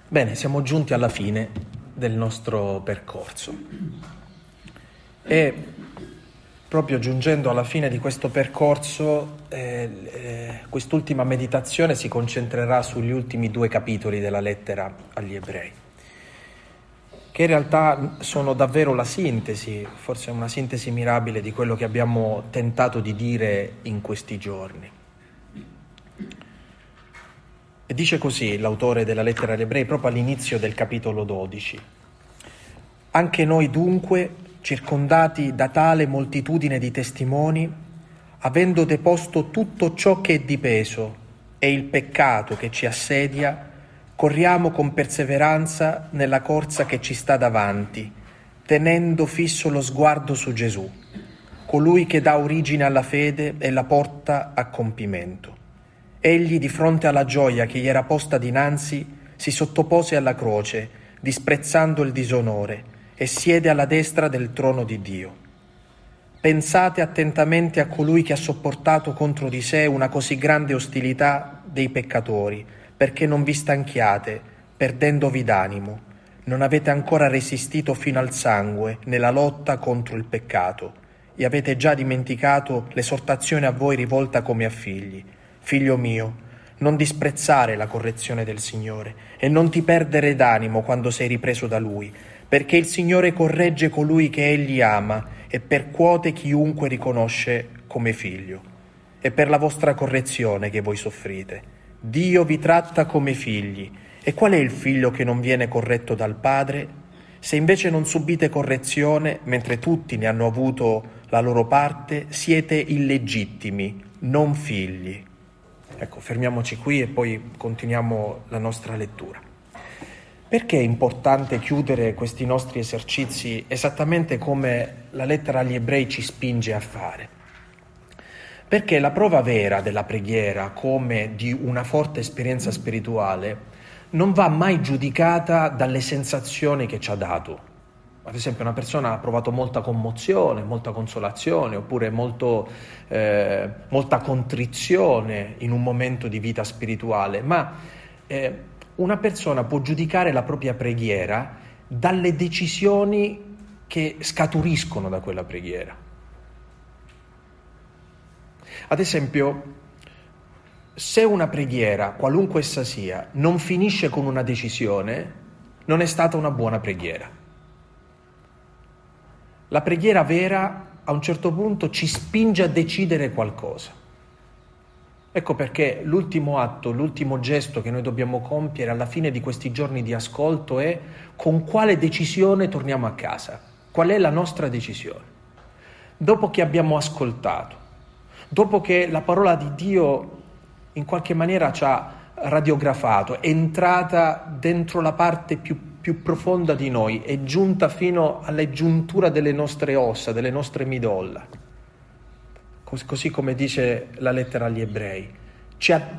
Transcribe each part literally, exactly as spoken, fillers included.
Bene, siamo giunti alla fine del nostro percorso e proprio giungendo alla fine di questo percorso eh, eh, quest'ultima meditazione si concentrerà sugli ultimi due capitoli della lettera agli Ebrei, che in realtà sono davvero la sintesi, forse una sintesi mirabile di quello che abbiamo tentato di dire in questi giorni. E dice così l'autore della lettera agli Ebrei proprio all'inizio del capitolo dodici. Anche noi dunque, circondati da tale moltitudine di testimoni, avendo deposto tutto ciò che è di peso e il peccato che ci assedia, corriamo con perseveranza nella corsa che ci sta davanti, tenendo fisso lo sguardo su Gesù, colui che dà origine alla fede e la porta a compimento. Egli, di fronte alla gioia che gli era posta dinanzi, si sottopose alla croce, disprezzando il disonore, e siede alla destra del trono di Dio. Pensate attentamente a colui che ha sopportato contro di sé una così grande ostilità dei peccatori, perché non vi stanchiate, perdendovi d'animo. Non avete ancora resistito fino al sangue nella lotta contro il peccato, e avete già dimenticato l'esortazione a voi rivolta come a figli. Figlio mio, non disprezzare la correzione del Signore e non ti perdere d'animo quando sei ripreso da Lui, perché il Signore corregge colui che Egli ama e percuote chiunque riconosce come figlio. È per la vostra correzione che voi soffrite. Dio vi tratta come figli. E qual è il figlio che non viene corretto dal Padre? Se invece non subite correzione, mentre tutti ne hanno avuto la loro parte, siete illegittimi, non figli. Ecco, fermiamoci qui e poi continuiamo la nostra lettura. Perché è importante chiudere questi nostri esercizi esattamente come la lettera agli Ebrei ci spinge a fare? Perché la prova vera della preghiera, come di una forte esperienza spirituale, non va mai giudicata dalle sensazioni che ci ha dato. Ad esempio una persona ha provato molta commozione, molta consolazione, oppure molto, eh, molta contrizione in un momento di vita spirituale, ma eh, una persona può giudicare la propria preghiera dalle decisioni che scaturiscono da quella preghiera. Ad esempio, se una preghiera, qualunque essa sia, non finisce con una decisione, non è stata una buona preghiera. La preghiera vera a un certo punto ci spinge a decidere qualcosa. Ecco perché l'ultimo atto, l'ultimo gesto che noi dobbiamo compiere alla fine di questi giorni di ascolto è: con quale decisione torniamo a casa? Qual è la nostra decisione? Dopo che abbiamo ascoltato, dopo che la parola di Dio in qualche maniera ci ha radiografato, è entrata dentro la parte più più profonda di noi, è giunta fino alle giuntura delle nostre ossa, delle nostre midolla. Cos- così come dice la lettera agli Ebrei, ci ha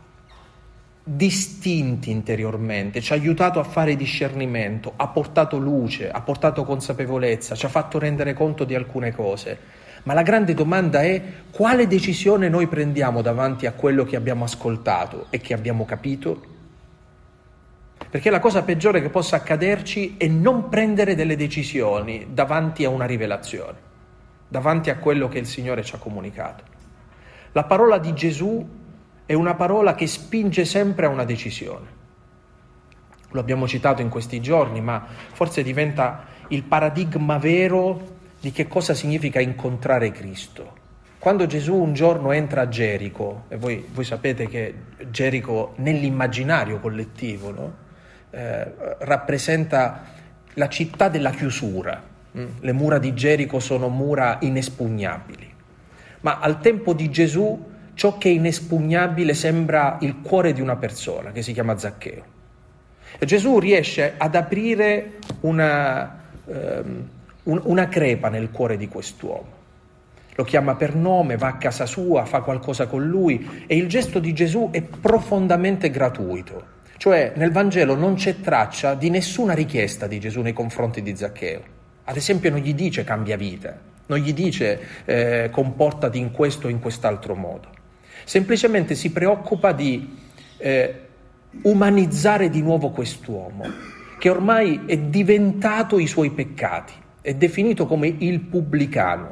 distinti interiormente, ci ha aiutato a fare discernimento, ha portato luce, ha portato consapevolezza, ci ha fatto rendere conto di alcune cose. Ma la grande domanda è: quale decisione noi prendiamo davanti a quello che abbiamo ascoltato e che abbiamo capito? Perché la cosa peggiore che possa accaderci è non prendere delle decisioni davanti a una rivelazione, davanti a quello che il Signore ci ha comunicato. La parola di Gesù è una parola che spinge sempre a una decisione. Lo abbiamo citato in questi giorni, ma forse diventa il paradigma vero di che cosa significa incontrare Cristo. Quando Gesù un giorno entra a Gerico, e voi, voi sapete che Gerico nell'immaginario collettivo, no? Eh, rappresenta la città della chiusura. Mm? Le mura di Gerico sono mura inespugnabili, ma al tempo di Gesù ciò che è inespugnabile sembra il cuore di una persona che si chiama Zaccheo, e Gesù riesce ad aprire una, ehm, un, una crepa nel cuore di quest'uomo. Lo chiama per nome, va a casa sua, fa qualcosa con lui, e il gesto di Gesù è profondamente gratuito. Cioè nel Vangelo non c'è traccia di nessuna richiesta di Gesù nei confronti di Zaccheo. Ad esempio non gli dice cambia vita, non gli dice eh, comportati in questo o in quest'altro modo. Semplicemente si preoccupa di eh, umanizzare di nuovo quest'uomo, che ormai è diventato i suoi peccati, è definito come il pubblicano.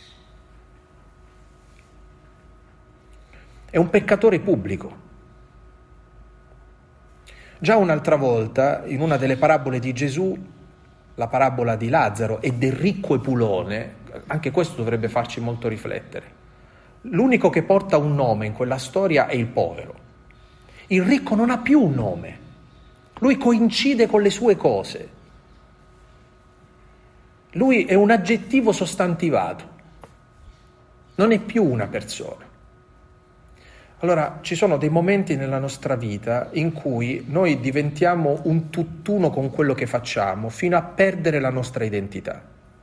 È un peccatore pubblico. Già un'altra volta, in una delle parabole di Gesù, la parabola di Lazzaro e del ricco Epulone, anche questo dovrebbe farci molto riflettere. L'unico che porta un nome in quella storia è il povero. Il ricco non ha più un nome, lui coincide con le sue cose. Lui è un aggettivo sostantivato, non è più una persona. Allora, ci sono dei momenti nella nostra vita in cui noi diventiamo un tutt'uno con quello che facciamo fino a perdere la nostra identità.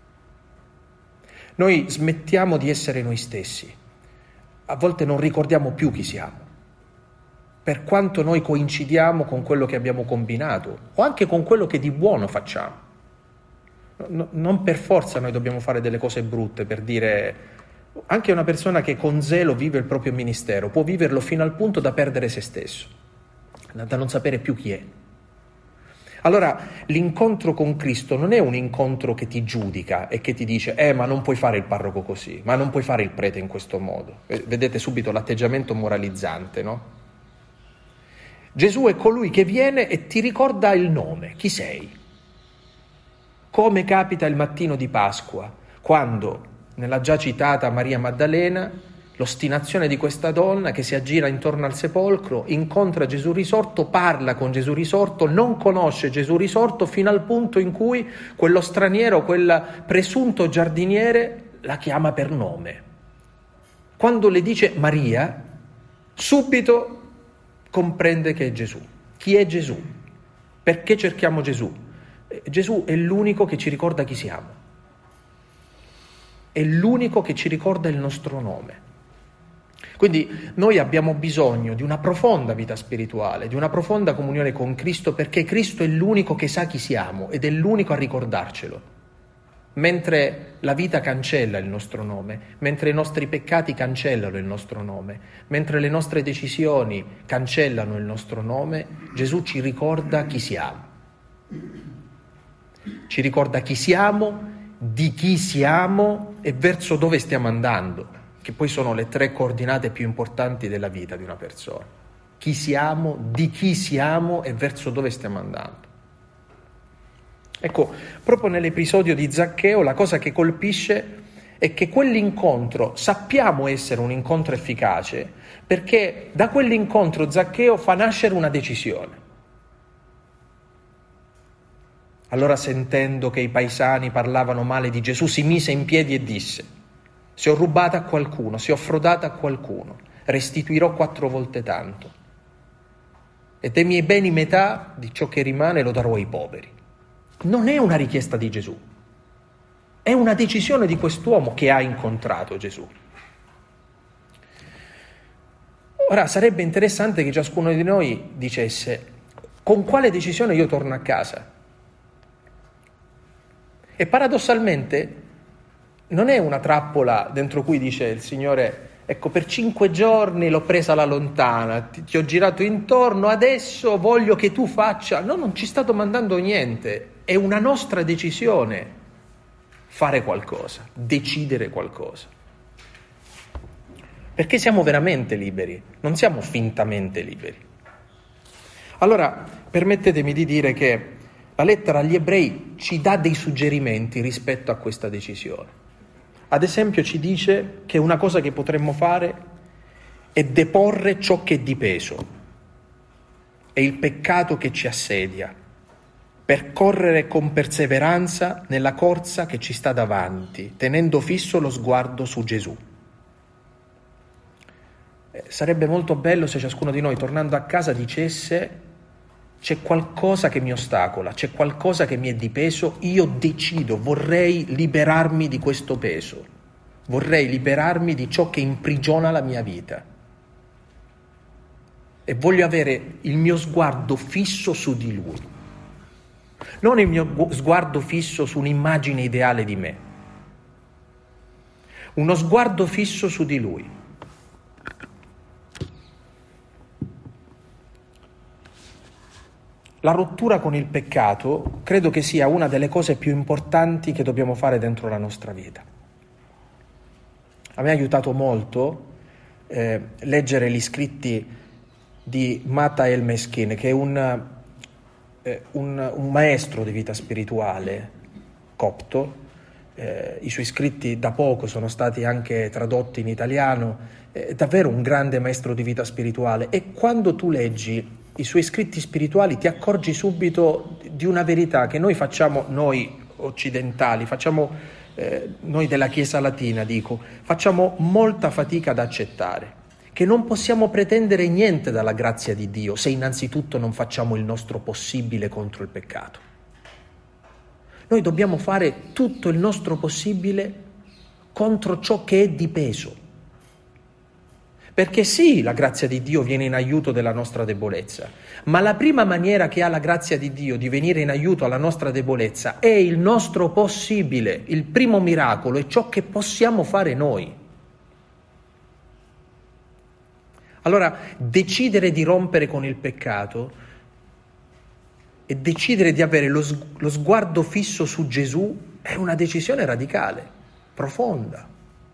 Noi smettiamo di essere noi stessi. A volte non ricordiamo più chi siamo. Per quanto noi coincidiamo con quello che abbiamo combinato o anche con quello che di buono facciamo. No, non per forza noi dobbiamo fare delle cose brutte per dire... Anche una persona che con zelo vive il proprio ministero può viverlo fino al punto da perdere se stesso, da non sapere più chi è. Allora, l'incontro con Cristo non è un incontro che ti giudica e che ti dice eh ma non puoi fare il parroco così, ma non puoi fare il prete in questo modo. Vedete subito l'atteggiamento moralizzante, no? Gesù è colui che viene e ti ricorda il nome, chi sei. Come capita il mattino di Pasqua, quando... Nella già citata Maria Maddalena, l'ostinazione di questa donna che si aggira intorno al sepolcro, incontra Gesù risorto, parla con Gesù risorto, non conosce Gesù risorto fino al punto in cui quello straniero, quel presunto giardiniere la chiama per nome. Quando le dice Maria, subito comprende che è Gesù. Chi è Gesù? Perché cerchiamo Gesù? Gesù è l'unico che ci ricorda chi siamo. È l'unico che ci ricorda il nostro nome. Quindi noi abbiamo bisogno di una profonda vita spirituale, di una profonda comunione con Cristo, perché Cristo è l'unico che sa chi siamo ed è l'unico a ricordarcelo. Mentre la vita cancella il nostro nome, mentre i nostri peccati cancellano il nostro nome, mentre le nostre decisioni cancellano il nostro nome, Gesù ci ricorda chi siamo. Ci ricorda chi siamo, di chi siamo e verso dove stiamo andando, che poi sono le tre coordinate più importanti della vita di una persona. Chi siamo, di chi siamo e verso dove stiamo andando. Ecco, proprio nell'episodio di Zaccheo la cosa che colpisce è che quell'incontro sappiamo essere un incontro efficace perché da quell'incontro Zaccheo fa nascere una decisione. Allora, sentendo che i paesani parlavano male di Gesù, si mise in piedi e disse: se ho rubato a qualcuno, se ho frodato a qualcuno, restituirò quattro volte tanto. E dei miei beni metà di ciò che rimane lo darò ai poveri. Non è una richiesta di Gesù, è una decisione di quest'uomo che ha incontrato Gesù. Ora, sarebbe interessante che ciascuno di noi dicesse: con quale decisione io torno a casa? E paradossalmente non è una trappola dentro cui dice il Signore: ecco, per cinque giorni l'ho presa alla lontana, ti, ti ho girato intorno, adesso voglio che tu faccia. No, non ci sta domandando niente, è una nostra decisione fare qualcosa, decidere qualcosa. Perché siamo veramente liberi, non siamo fintamente liberi. Allora, permettetemi di dire che la lettera agli Ebrei ci dà dei suggerimenti rispetto a questa decisione. Ad esempio ci dice che una cosa che potremmo fare è deporre ciò che è di peso, è il peccato che ci assedia, per correre con perseveranza nella corsa che ci sta davanti, tenendo fisso lo sguardo su Gesù. Eh, sarebbe molto bello se ciascuno di noi, tornando a casa, dicesse: c'è qualcosa che mi ostacola, c'è qualcosa che mi è di peso, io decido, vorrei liberarmi di questo peso, vorrei liberarmi di ciò che imprigiona la mia vita e voglio avere il mio sguardo fisso su di Lui, non il mio sguardo fisso su un'immagine ideale di me, uno sguardo fisso su di Lui. La rottura con il peccato credo che sia una delle cose più importanti che dobbiamo fare dentro la nostra vita. A me ha aiutato molto eh, leggere gli scritti di Mata El Meskin, che è un, eh, un, un maestro di vita spirituale copto. Eh, I suoi scritti da poco sono stati anche tradotti in italiano. È davvero un grande maestro di vita spirituale, e quando tu leggi i suoi scritti spirituali ti accorgi subito di una verità che noi facciamo, noi occidentali, facciamo eh, noi della Chiesa Latina, dico, facciamo molta fatica ad accettare, che non possiamo pretendere niente dalla grazia di Dio se innanzitutto non facciamo il nostro possibile contro il peccato. Noi dobbiamo fare tutto il nostro possibile contro ciò che è di peso. Perché sì, la grazia di Dio viene in aiuto della nostra debolezza, ma la prima maniera che ha la grazia di Dio di venire in aiuto alla nostra debolezza è il nostro possibile. Il primo miracolo è ciò che possiamo fare noi. Allora, decidere di rompere con il peccato e decidere di avere lo, lo sguardo fisso su Gesù è una decisione radicale, profonda.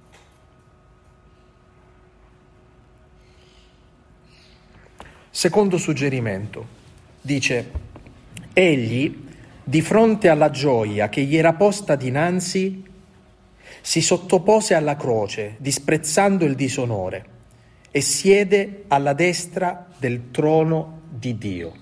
Secondo suggerimento, dice: egli, di fronte alla gioia che gli era posta dinanzi, si sottopose alla croce, disprezzando il disonore, e siede alla destra del trono di Dio.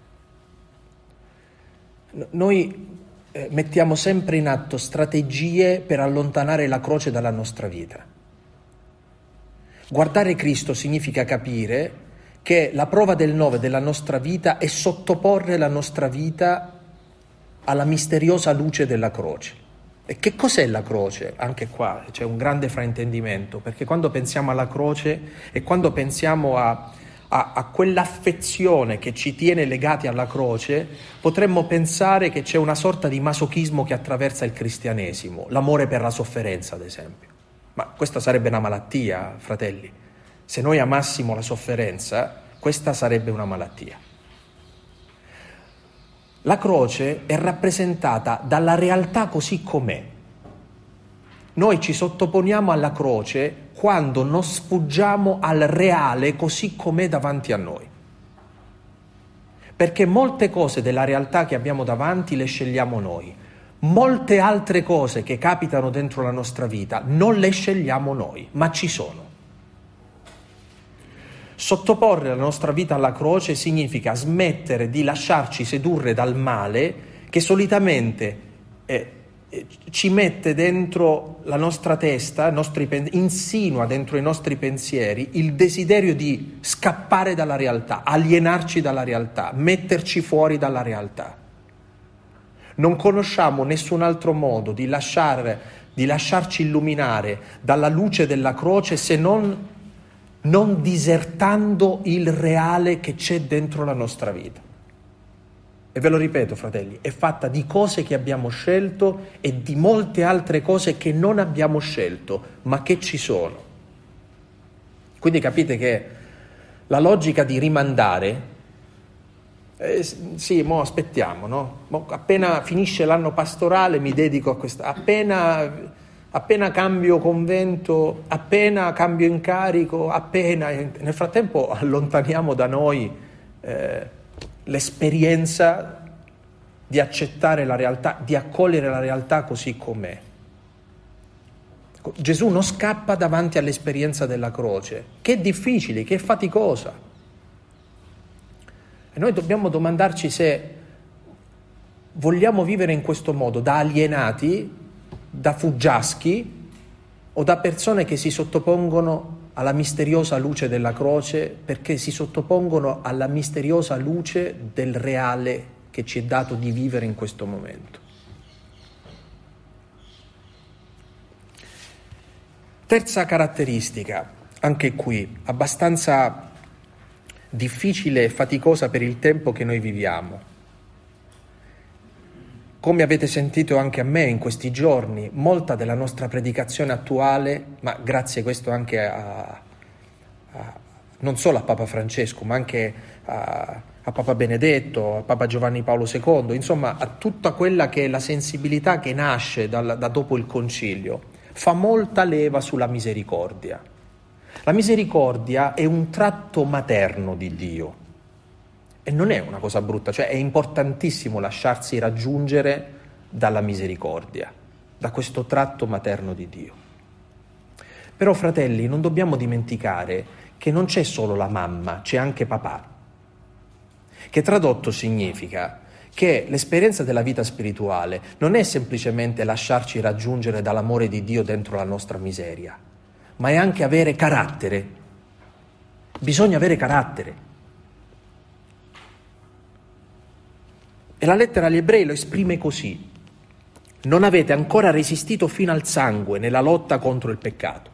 Noi eh, mettiamo sempre in atto strategie per allontanare la croce dalla nostra vita. Guardare Cristo significa capire che la prova del nove della nostra vita è sottoporre la nostra vita alla misteriosa luce della croce. E che cos'è la croce? Anche qua c'è un grande fraintendimento, perché quando pensiamo alla croce e quando pensiamo a, a, a quell'affezione che ci tiene legati alla croce, potremmo pensare che c'è una sorta di masochismo che attraversa il cristianesimo, l'amore per la sofferenza, ad esempio. Ma questa sarebbe una malattia, fratelli. Se noi amassimo la sofferenza, questa sarebbe una malattia. La croce è rappresentata dalla realtà così com'è. Noi ci sottoponiamo alla croce quando non sfuggiamo al reale così com'è davanti a noi. Perché molte cose della realtà che abbiamo davanti le scegliamo noi. Molte altre cose che capitano dentro la nostra vita non le scegliamo noi, ma ci sono. Sottoporre la nostra vita alla croce significa smettere di lasciarci sedurre dal male che solitamente eh, ci mette dentro la nostra testa, nostri pen- insinua dentro i nostri pensieri il desiderio di scappare dalla realtà, alienarci dalla realtà, metterci fuori dalla realtà. Non conosciamo nessun altro modo di, lasciare, di lasciarci illuminare dalla luce della croce se non non disertando il reale che c'è dentro la nostra vita. E ve lo ripeto, fratelli, è fatta di cose che abbiamo scelto e di molte altre cose che non abbiamo scelto, ma che ci sono. Quindi capite che la logica di rimandare, eh, sì, mo aspettiamo, no? Mo appena finisce l'anno pastorale mi dedico a questa, appena... Appena cambio convento, appena cambio incarico, appena... Nel frattempo allontaniamo da noi eh, l'esperienza di accettare la realtà, di accogliere la realtà così com'è. Gesù non scappa davanti all'esperienza della croce, che è difficile, che è faticosa. E noi dobbiamo domandarci se vogliamo vivere in questo modo, da alienati, da fuggiaschi o da persone che si sottopongono alla misteriosa luce della croce perché si sottopongono alla misteriosa luce del reale che ci è dato di vivere in questo momento. Terza caratteristica, anche qui abbastanza difficile e faticosa per il tempo che noi viviamo. Come avete sentito anche a me in questi giorni, molta della nostra predicazione attuale, ma grazie a questo anche a, a non solo a Papa Francesco, ma anche a, a Papa Benedetto, a Papa Giovanni Paolo secondo, insomma a tutta quella che è la sensibilità che nasce dal, da dopo il concilio, fa molta leva sulla misericordia. La misericordia è un tratto materno di Dio e non è una cosa brutta, cioè è importantissimo lasciarsi raggiungere dalla misericordia, da questo tratto materno di Dio. Però, fratelli, non dobbiamo dimenticare che non c'è solo la mamma, c'è anche papà, che tradotto significa che l'esperienza della vita spirituale non è semplicemente lasciarci raggiungere dall'amore di Dio dentro la nostra miseria, ma è anche avere carattere. Bisogna avere carattere. E la lettera agli Ebrei lo esprime così: non avete ancora resistito fino al sangue nella lotta contro il peccato.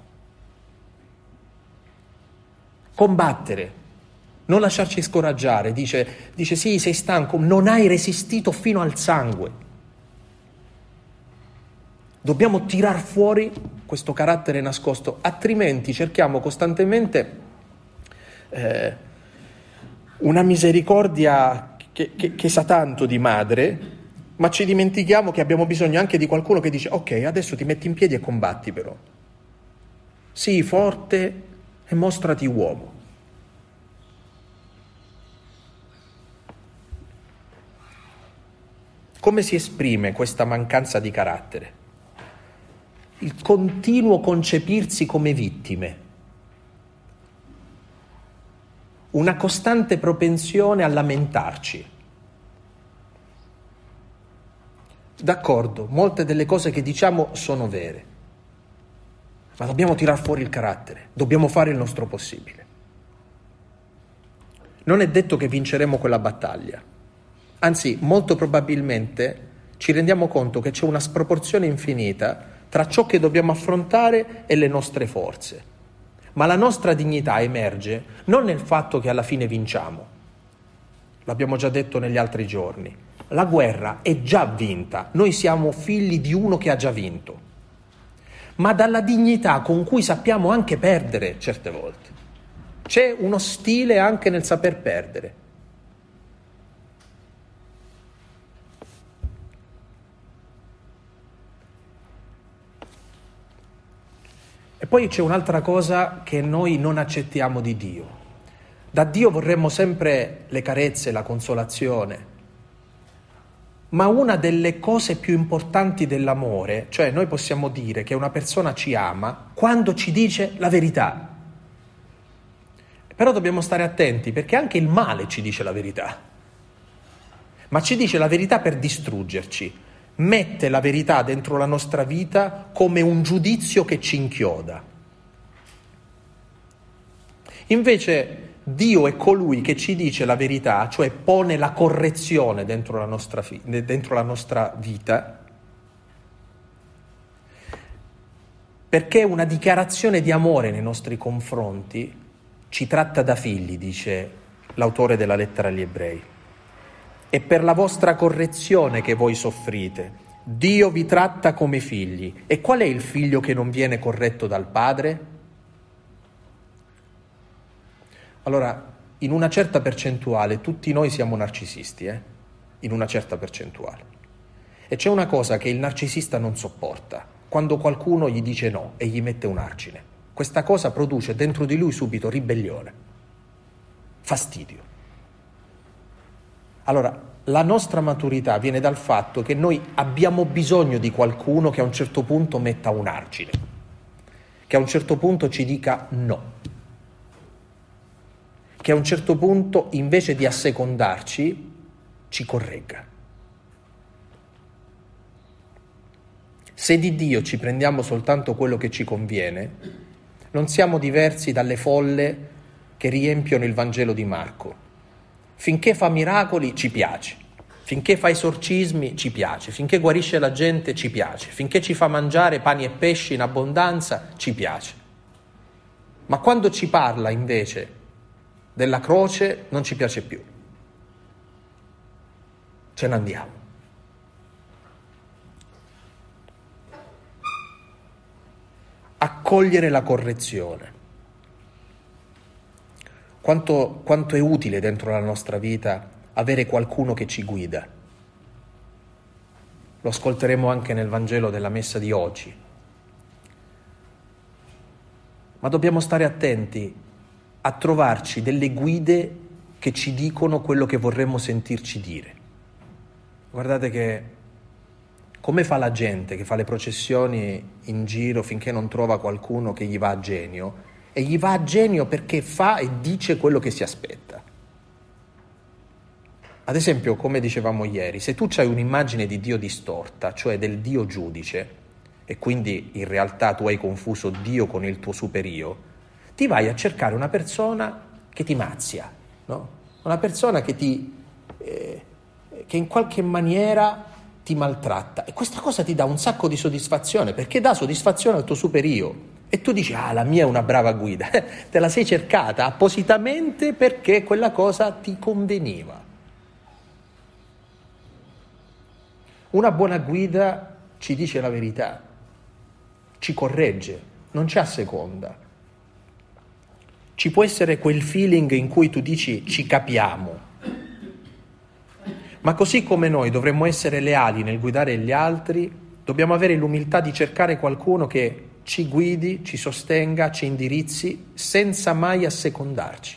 Combattere, non lasciarci scoraggiare, dice, dice sì, sei stanco, non hai resistito fino al sangue. Dobbiamo tirar fuori questo carattere nascosto, altrimenti cerchiamo costantemente eh, una misericordia che, che, che sa tanto di madre, ma ci dimentichiamo che abbiamo bisogno anche di qualcuno che dice ok, adesso ti metti in piedi e combatti però. Sii forte e mostrati uomo. Come si esprime questa mancanza di carattere? Il continuo concepirsi come vittime, una costante propensione a lamentarci. D'accordo, molte delle cose che diciamo sono vere, ma dobbiamo tirar fuori il carattere, dobbiamo fare il nostro possibile. Non è detto che vinceremo quella battaglia. Anzi, molto probabilmente ci rendiamo conto che c'è una sproporzione infinita tra ciò che dobbiamo affrontare e le nostre forze. Ma la nostra dignità emerge non nel fatto che alla fine vinciamo. L'abbiamo già detto negli altri giorni. La guerra è già vinta. Noi siamo figli di uno che ha già vinto. Ma dalla dignità con cui sappiamo anche perdere certe volte. C'è uno stile anche nel saper perdere. E poi c'è un'altra cosa che noi non accettiamo di Dio. Da Dio vorremmo sempre le carezze, la consolazione, ma una delle cose più importanti dell'amore, cioè noi possiamo dire che una persona ci ama quando ci dice la verità. Però dobbiamo stare attenti perché anche il male ci dice la verità, ma ci dice la verità per distruggerci. Mette la verità dentro la nostra vita come un giudizio che ci inchioda. Invece Dio è colui che ci dice la verità, cioè pone la correzione dentro la nostra, fi- dentro la nostra vita, perché una dichiarazione di amore nei nostri confronti ci tratta da figli, dice l'autore della lettera agli Ebrei. È per la vostra correzione che voi soffrite. Dio vi tratta come figli. E qual è il figlio che non viene corretto dal padre? Allora, in una certa percentuale, tutti noi siamo narcisisti, eh? In una certa percentuale. E c'è una cosa che il narcisista non sopporta, quando qualcuno gli dice no e gli mette un argine. Questa cosa produce dentro di lui subito ribellione, fastidio. Allora, la nostra maturità viene dal fatto che noi abbiamo bisogno di qualcuno che a un certo punto metta un argine, che a un certo punto ci dica no, che a un certo punto invece di assecondarci ci corregga. Se di Dio ci prendiamo soltanto quello che ci conviene, non siamo diversi dalle folle che riempiono il Vangelo di Marco. Finché fa miracoli ci piace, finché fa esorcismi ci piace, finché guarisce la gente ci piace, finché ci fa mangiare pani e pesci in abbondanza ci piace. Ma quando ci parla invece della croce non ci piace più. Ce ne andiamo. Accogliere la correzione. Quanto, quanto è utile dentro la nostra vita avere qualcuno che ci guida. Lo ascolteremo anche nel Vangelo della messa di oggi. Ma dobbiamo stare attenti a trovarci delle guide che ci dicono quello che vorremmo sentirci dire. Guardate che come fa la gente che fa le processioni in giro finché non trova qualcuno che gli va a genio, e gli va a genio perché fa e dice quello che si aspetta. Ad esempio, come dicevamo ieri, se tu hai un'immagine di Dio distorta, cioè del Dio giudice, e quindi in realtà tu hai confuso Dio con il tuo superio, ti vai a cercare una persona che ti mazzia, no? Una persona che ti eh, che in qualche maniera ti maltratta, e questa cosa ti dà un sacco di soddisfazione, perché dà soddisfazione al tuo superio, e tu dici: ah, la mia è una brava guida. Te la sei cercata appositamente perché quella cosa ti conveniva. Una buona guida ci dice la verità, ci corregge, non c'è a seconda. Ci può essere quel feeling in cui tu dici: ci capiamo. Ma così come noi dovremmo essere leali nel guidare gli altri, dobbiamo avere l'umiltà di cercare qualcuno che ci guidi, ci sostenga, ci indirizzi, senza mai assecondarci.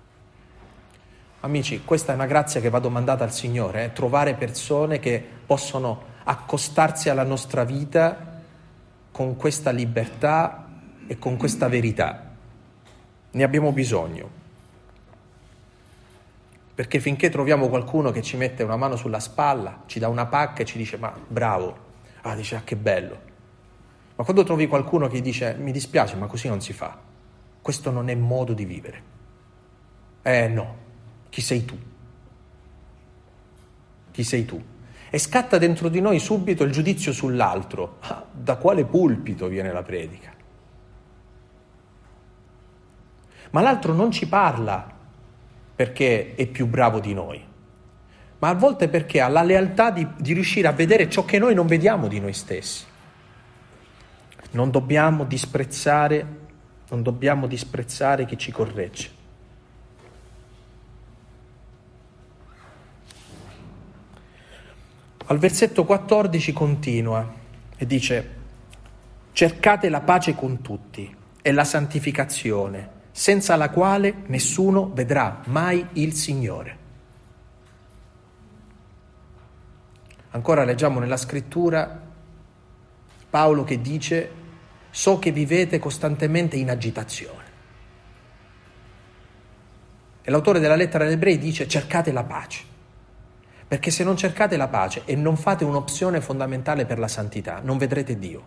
Amici, questa è una grazia che va domandata al Signore, eh? Trovare persone che possono accostarsi alla nostra vita con questa libertà e con questa verità. Ne abbiamo bisogno. Perché finché troviamo qualcuno che ci mette una mano sulla spalla, ci dà una pacca e ci dice: ma bravo, ah, dice: ah, che bello. Ma quando trovi qualcuno che dice: mi dispiace, ma così non si fa, questo non è modo di vivere. Eh no, chi sei tu? Chi sei tu? E scatta dentro di noi subito il giudizio sull'altro. Ah, da quale pulpito viene la predica? Ma l'altro non ci parla perché è più bravo di noi, ma a volte perché ha la lealtà di, di riuscire a vedere ciò che noi non vediamo di noi stessi. Non dobbiamo disprezzare, non dobbiamo disprezzare chi ci corregge. Al versetto quattordici continua e dice: cercate la pace con tutti e la santificazione, senza la quale nessuno vedrà mai il Signore. Ancora leggiamo nella scrittura Paolo che dice: so che vivete costantemente in agitazione. E l'autore della lettera agli Ebrei dice: cercate la pace. Perché se non cercate la pace e non fate un'opzione fondamentale per la santità, non vedrete Dio.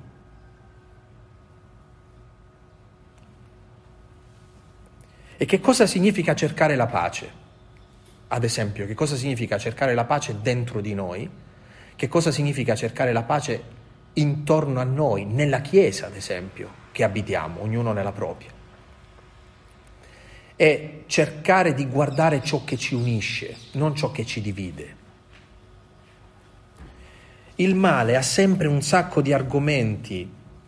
E che cosa significa cercare la pace? Ad esempio, che cosa significa cercare la pace dentro di noi? Che cosa significa cercare la pace intorno a noi, nella Chiesa, ad esempio, che abitiamo, ognuno nella propria? È cercare di guardare ciò che ci unisce, non ciò che ci divide. Il male ha sempre un sacco di argomenti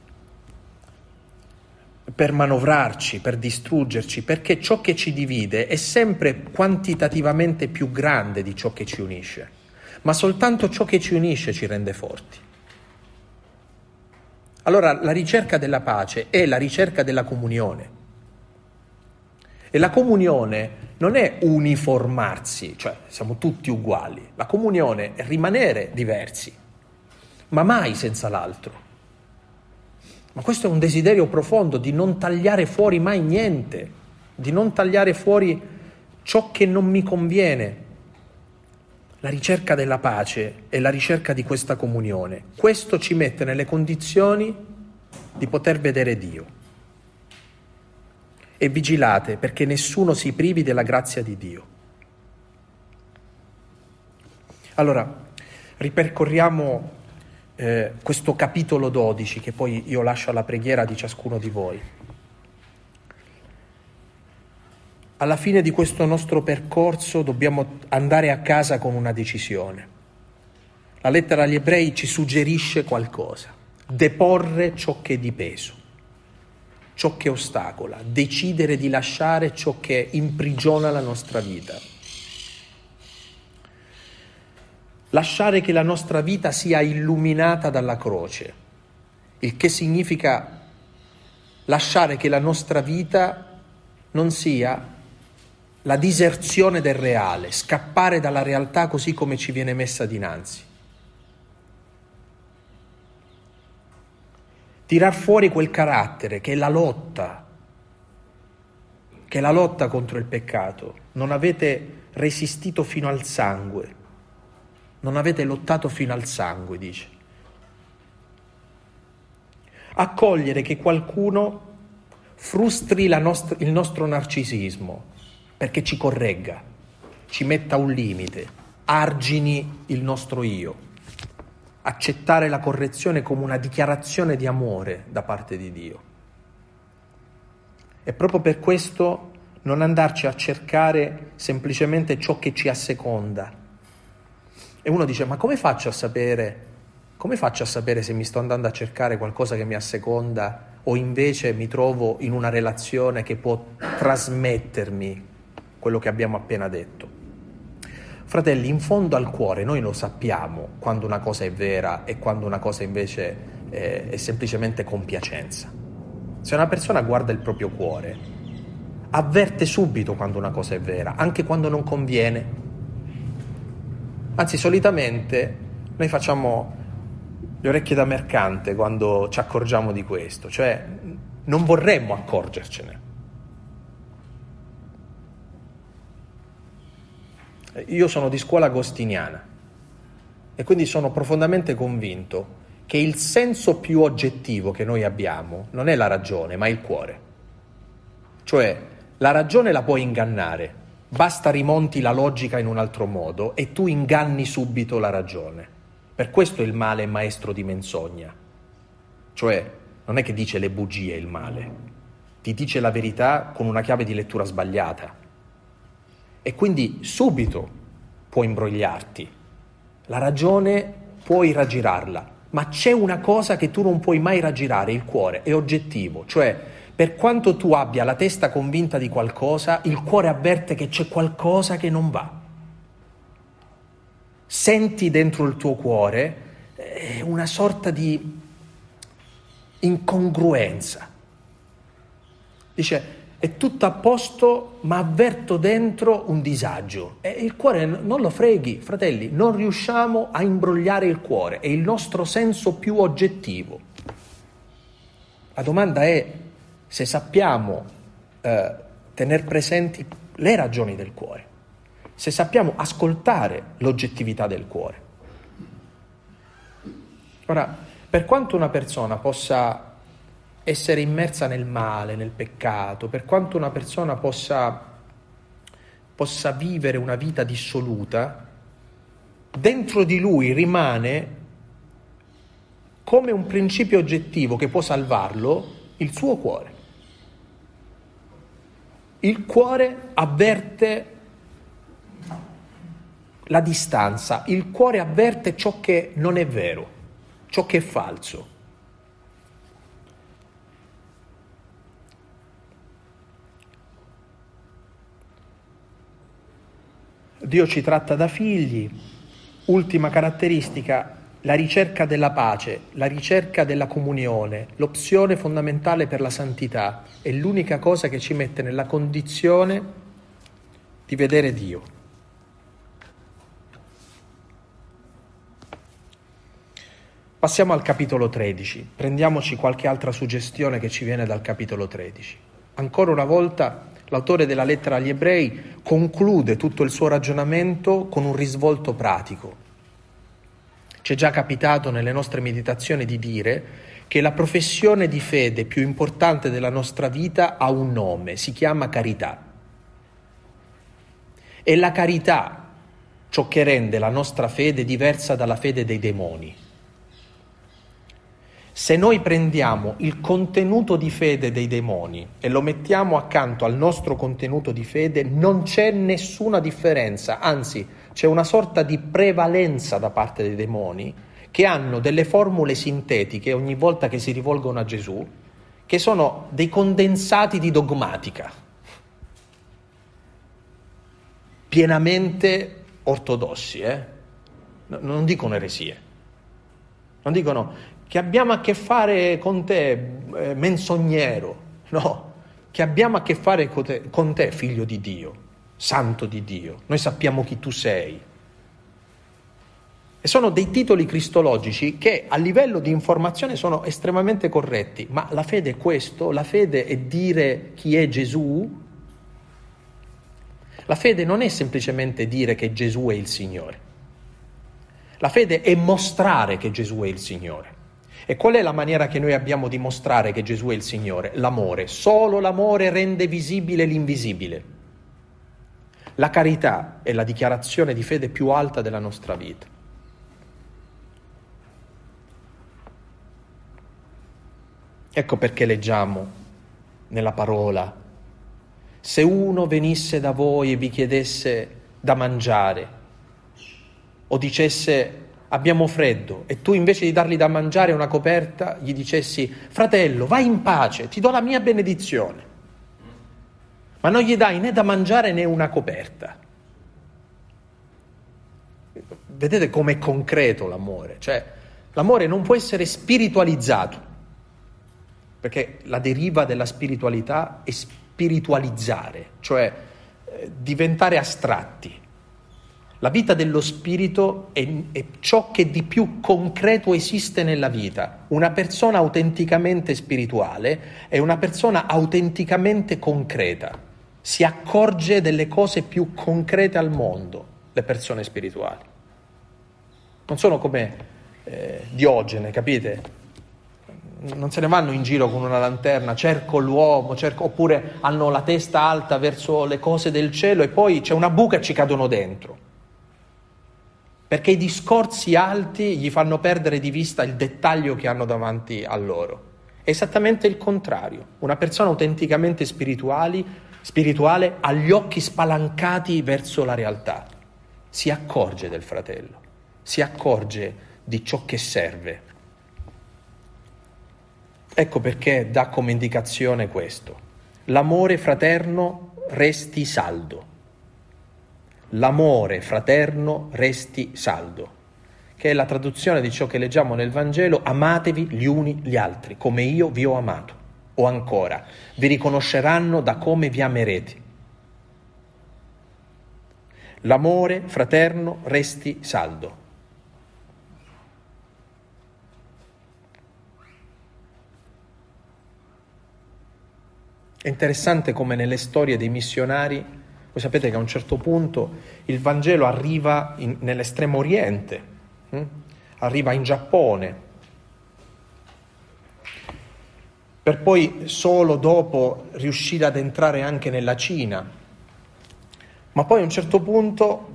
per manovrarci, per distruggerci, perché ciò che ci divide è sempre quantitativamente più grande di ciò che ci unisce, ma soltanto ciò che ci unisce ci rende forti. Allora la ricerca della pace è la ricerca della comunione. E la comunione non è uniformarsi, cioè siamo tutti uguali. La comunione è rimanere diversi, ma mai senza l'altro. Ma questo è un desiderio profondo di non tagliare fuori mai niente, di non tagliare fuori ciò che non mi conviene. La ricerca della pace è la ricerca di questa comunione. Questo ci mette nelle condizioni di poter vedere Dio. E vigilate perché nessuno si privi della grazia di Dio. Allora, ripercorriamo Eh, questo capitolo dodici, che poi io lascio alla preghiera di ciascuno di voi. Alla fine di questo nostro percorso dobbiamo andare a casa con una decisione. La lettera agli Ebrei ci suggerisce qualcosa: deporre ciò che è di peso. ciò che ostacola, decidere di lasciare ciò che imprigiona la nostra vita. Lasciare che la nostra vita sia illuminata dalla croce, il che significa lasciare che la nostra vita non sia la diserzione del reale, scappare dalla realtà così come ci viene messa dinanzi. Tirar fuori quel carattere che è la lotta, che è la lotta contro il peccato. Non avete resistito fino al sangue, non avete lottato fino al sangue, dice. Accogliere che qualcuno frustri la nostra, il nostro narcisismo, perché ci corregga, ci metta un limite, argini il nostro io. Accettare la correzione come una dichiarazione di amore da parte di Dio. E proprio per questo non andarci a cercare semplicemente ciò che ci asseconda. E uno dice, ma come faccio a sapere, come faccio a sapere se mi sto andando a cercare qualcosa che mi asseconda o invece mi trovo in una relazione che può trasmettermi quello che abbiamo appena detto? Fratelli, in fondo al cuore noi lo sappiamo quando una cosa è vera e quando una cosa invece è, è semplicemente compiacenza. Se una persona guarda il proprio cuore, avverte subito quando una cosa è vera, anche quando non conviene. Anzi, solitamente noi facciamo le orecchie da mercante quando ci accorgiamo di questo, cioè non vorremmo accorgercene. Io sono di scuola agostiniana e quindi sono profondamente convinto che il senso più oggettivo che noi abbiamo non è la ragione, ma il cuore. Cioè, la ragione la puoi ingannare, basta rimonti la logica in un altro modo e tu inganni subito la ragione. Per questo il male è maestro di menzogna. Cioè, non è che dice le bugie il male, ti dice la verità con una chiave di lettura sbagliata. E quindi subito puoi imbrogliarti. La ragione puoi raggirarla, ma c'è una cosa che tu non puoi mai raggirare, il cuore, è oggettivo. Cioè, per quanto tu abbia la testa convinta di qualcosa, il cuore avverte che c'è qualcosa che non va. Senti dentro il tuo cuore eh, una sorta di incongruenza. Dice, è tutto a posto, ma avverto dentro un disagio. E il cuore non lo freghi, fratelli, non riusciamo a imbrogliare il cuore, è il nostro senso più oggettivo. La domanda è se sappiamo eh, tener presenti le ragioni del cuore, se sappiamo ascoltare l'oggettività del cuore. Ora, per quanto una persona possa essere immersa nel male, nel peccato, per quanto una persona possa, possa vivere una vita dissoluta, dentro di lui rimane come un principio oggettivo che può salvarlo il suo cuore. Il cuore avverte la distanza, il cuore avverte ciò che non è vero, ciò che è falso. Dio ci tratta da figli. Ultima caratteristica, la ricerca della pace, la ricerca della comunione, l'opzione fondamentale per la santità, è l'unica cosa che ci mette nella condizione di vedere Dio. Passiamo al capitolo tredici, prendiamoci qualche altra suggestione che ci viene dal capitolo tredici. Ancora una volta l'autore della lettera agli Ebrei conclude tutto il suo ragionamento con un risvolto pratico. Ci è già capitato nelle nostre meditazioni di dire che la professione di fede più importante della nostra vita ha un nome, si chiama carità. È la carità ciò che rende la nostra fede diversa dalla fede dei demoni. Se noi prendiamo il contenuto di fede dei demoni e lo mettiamo accanto al nostro contenuto di fede, non c'è nessuna differenza, anzi c'è una sorta di prevalenza da parte dei demoni che hanno delle formule sintetiche ogni volta che si rivolgono a Gesù, che sono dei condensati di dogmatica, pienamente ortodossi, eh? Non dicono eresie, non dicono che abbiamo a che fare con te, eh, menzognero, no, che abbiamo a che fare con te, con te, figlio di Dio, santo di Dio, noi sappiamo chi tu sei. E sono dei titoli cristologici che a livello di informazione sono estremamente corretti, ma la fede è questo? La fede è dire chi è Gesù? La fede non è semplicemente dire che Gesù è il Signore. La fede è mostrare che Gesù è il Signore. E qual è la maniera che noi abbiamo di mostrare che Gesù è il Signore? L'amore. Solo l'amore rende visibile l'invisibile. La carità è la dichiarazione di fede più alta della nostra vita. Ecco perché leggiamo nella parola: se uno venisse da voi e vi chiedesse da mangiare, o dicesse abbiamo freddo, e tu invece di dargli da mangiare una coperta, gli dicessi fratello, vai in pace, ti do la mia benedizione, ma non gli dai né da mangiare né una coperta. Vedete com'è concreto l'amore? Cioè, l'amore non può essere spiritualizzato, perché la deriva della spiritualità è spiritualizzare, cioè eh, diventare astratti. La vita dello spirito è, è ciò che di più concreto esiste nella vita. Una persona autenticamente spirituale è una persona autenticamente concreta. Si accorge delle cose più concrete al mondo, le persone spirituali. Non sono come eh, Diogene, capite? Non se ne vanno in giro con una lanterna, cerco l'uomo, cerco, oppure hanno la testa alta verso le cose del cielo e poi c'è una buca e ci cadono dentro. Perché i discorsi alti gli fanno perdere di vista il dettaglio che hanno davanti a loro. È esattamente il contrario. Una persona autenticamente spirituali, spirituale ha gli occhi spalancati verso la realtà. Si accorge del fratello, si accorge di ciò che serve. Ecco perché dà come indicazione questo: l'amore fraterno resti saldo. L'amore fraterno resti saldo, che è la traduzione di ciò che leggiamo nel Vangelo: amatevi gli uni gli altri, come io vi ho amato. O ancora, vi riconosceranno da come vi amerete. L'amore fraterno resti saldo. È interessante come nelle storie dei missionari, voi sapete che a un certo punto il Vangelo arriva in, nell'estremo oriente, hm? arriva in Giappone, per poi solo dopo riuscire ad entrare anche nella Cina. Ma poi a un certo punto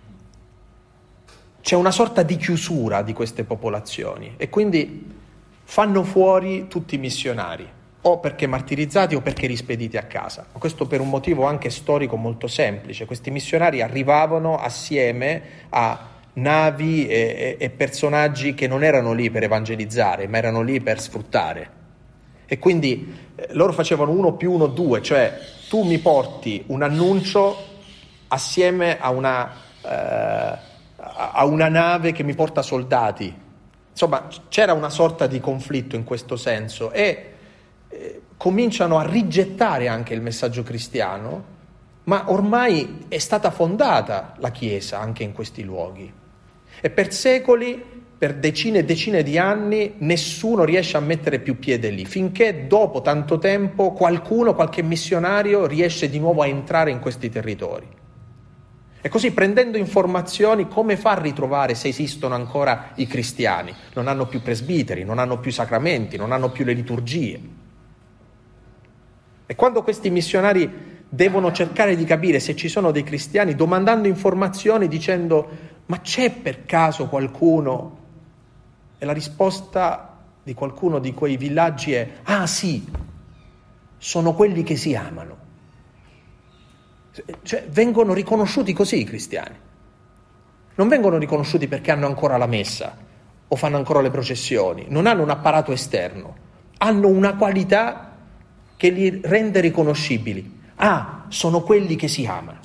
c'è una sorta di chiusura di queste popolazioni e quindi fanno fuori tutti i missionari, o perché martirizzati o perché rispediti a casa. Questo per un motivo anche storico molto semplice: questi missionari arrivavano assieme a navi e, e, e personaggi che non erano lì per evangelizzare, ma erano lì per sfruttare. E quindi eh, loro facevano uno più uno due, cioè tu mi porti un annuncio assieme a una, eh, a una nave che mi porta soldati. Insomma, c'era una sorta di conflitto in questo senso e cominciano a rigettare anche il messaggio cristiano, ma ormai è stata fondata la Chiesa anche in questi luoghi. E per secoli, per decine e decine di anni, nessuno riesce a mettere più piede lì, finché dopo tanto tempo qualcuno, qualche missionario, riesce di nuovo a entrare in questi territori. E così, prendendo informazioni, come fa a ritrovare se esistono ancora i cristiani? Non hanno più presbiteri, non hanno più sacramenti, non hanno più le liturgie. E quando questi missionari devono cercare di capire se ci sono dei cristiani, domandando informazioni, dicendo ma c'è per caso qualcuno? E la risposta di qualcuno di quei villaggi è ah sì, sono quelli che si amano. Cioè vengono riconosciuti così i cristiani. Non vengono riconosciuti perché hanno ancora la messa o fanno ancora le processioni, non hanno un apparato esterno. hanno una qualità che li rende riconoscibili. Ah, sono quelli che si amano.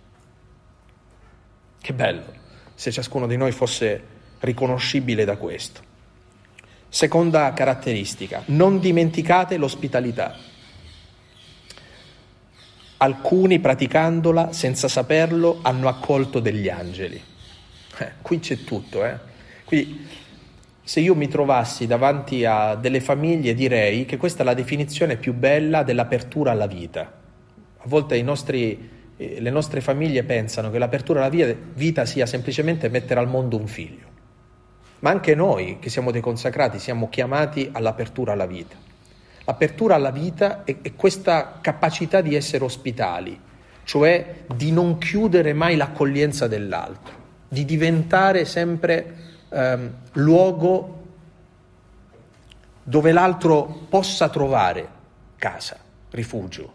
Che bello se ciascuno di noi fosse riconoscibile da questo. Seconda caratteristica, non dimenticate l'ospitalità. Alcuni, praticandola senza saperlo, hanno accolto degli angeli. Eh, qui c'è tutto, eh. Qui, se io mi trovassi davanti a delle famiglie, direi che questa è la definizione più bella dell'apertura alla vita. A volte i nostri, eh, le nostre famiglie pensano che l'apertura alla vita, vita sia semplicemente mettere al mondo un figlio. Ma anche noi, che siamo dei consacrati, siamo chiamati all'apertura alla vita. L'apertura alla vita è, è questa capacità di essere ospitali, cioè di non chiudere mai l'accoglienza dell'altro, di diventare sempre ehm, luogo dove l'altro possa trovare casa, rifugio.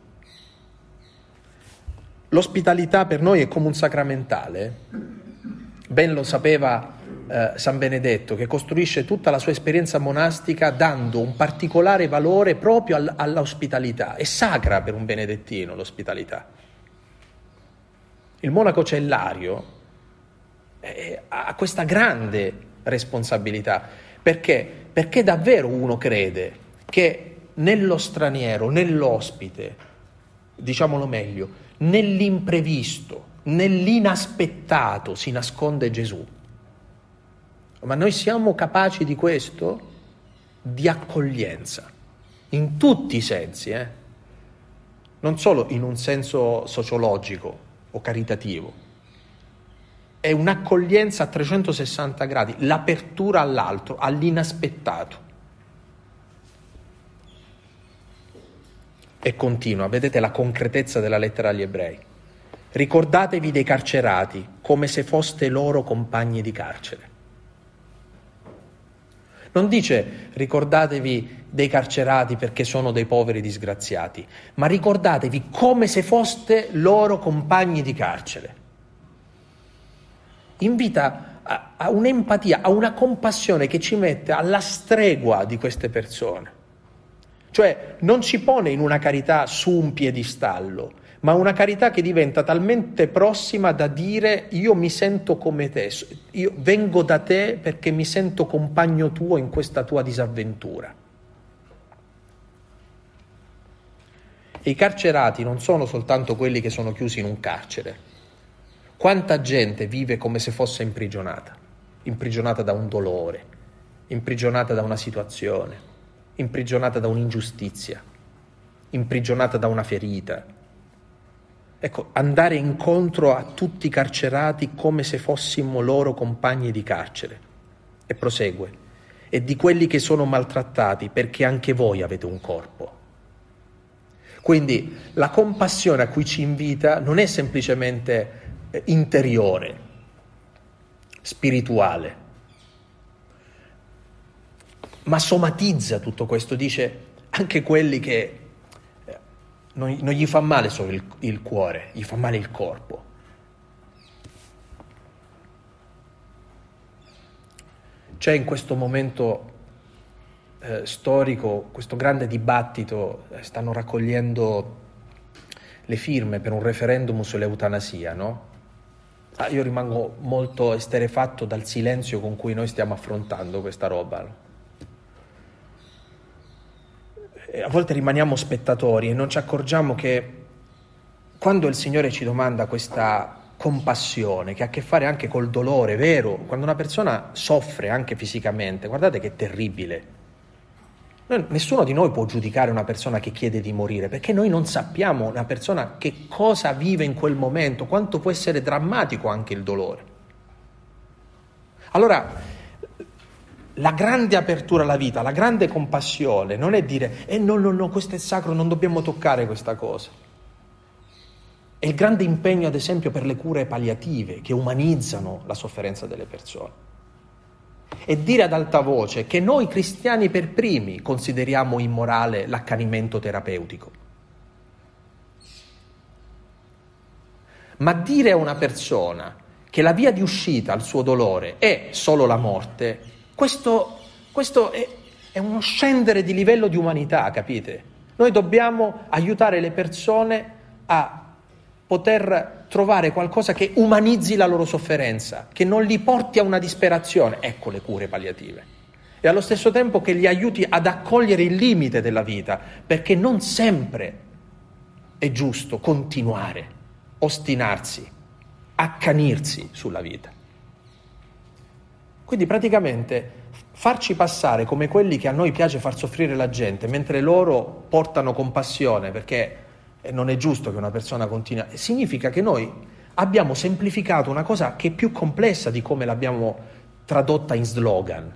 L'ospitalità per noi è come un sacramentale. Ben lo sapeva eh, San Benedetto, che costruisce tutta la sua esperienza monastica dando un particolare valore proprio all- all'ospitalità. È sacra per un benedettino l'ospitalità. Il monaco cellario eh, ha questa grande responsabilità. Perché? Perché davvero uno crede che nello straniero, nell'ospite, diciamolo meglio, nell'imprevisto, nell'inaspettato si nasconde Gesù. Ma noi siamo capaci di questo? Di accoglienza, in tutti i sensi, eh? Non solo in un senso sociologico o caritativo. È un'accoglienza a trecentosessanta gradi, l'apertura all'altro, all'inaspettato. E continua, vedete la concretezza della lettera agli ebrei. Ricordatevi dei carcerati come se foste loro compagni di carcere. Non dice ricordatevi dei carcerati perché sono dei poveri disgraziati, ma ricordatevi come se foste loro compagni di carcere. Invita a, a un'empatia, a una compassione che ci mette alla stregua di queste persone. Cioè non ci pone in una carità su un piedistallo, ma una carità che diventa talmente prossima da dire io mi sento come te, io vengo da te perché mi sento compagno tuo in questa tua disavventura. E i carcerati non sono soltanto quelli che sono chiusi in un carcere. Quanta gente vive come se fosse imprigionata, imprigionata da un dolore, imprigionata da una situazione, imprigionata da un'ingiustizia, imprigionata da una ferita. Ecco, andare incontro a tutti i carcerati come se fossimo loro compagni di carcere. E prosegue. E di quelli che sono maltrattati, perché anche voi avete un corpo. Quindi la compassione a cui ci invita non è semplicemente interiore, spirituale, ma somatizza tutto questo, dice anche quelli che non, non gli fa male solo il, il cuore, gli fa male il corpo. C'è in questo momento eh, storico questo grande dibattito, eh, stanno raccogliendo le firme per un referendum sull'eutanasia, no? Ah, io rimango molto esterrefatto dal silenzio con cui noi stiamo affrontando questa roba. E a volte rimaniamo spettatori e non ci accorgiamo che quando il Signore ci domanda questa compassione, che ha a che fare anche col dolore, vero? Quando una persona soffre anche fisicamente, guardate che è terribile. Noi, nessuno di noi può giudicare una persona che chiede di morire, perché noi non sappiamo una persona che cosa vive in quel momento, quanto può essere drammatico anche il dolore. Allora, la grande apertura alla vita, la grande compassione, non è dire eh no, no, no, questo è sacro, non dobbiamo toccare questa cosa. È il grande impegno, ad esempio, per le cure palliative, che umanizzano la sofferenza delle persone. E dire ad alta voce che noi cristiani per primi consideriamo immorale l'accanimento terapeutico. Ma dire a una persona che la via di uscita al suo dolore è solo la morte, questo, questo è, È uno scendere di livello di umanità, capite? Noi dobbiamo aiutare le persone a poter trovare qualcosa che umanizzi la loro sofferenza, che non li porti a una disperazione. Ecco le cure palliative. E allo stesso tempo che li aiuti ad accogliere il limite della vita, perché non sempre è giusto continuare, ostinarsi, accanirsi sulla vita. Quindi praticamente farci passare come quelli che a noi piace far soffrire la gente, mentre loro portano compassione, perché non è giusto che una persona continui, significa che noi abbiamo semplificato una cosa che è più complessa di come l'abbiamo tradotta in slogan.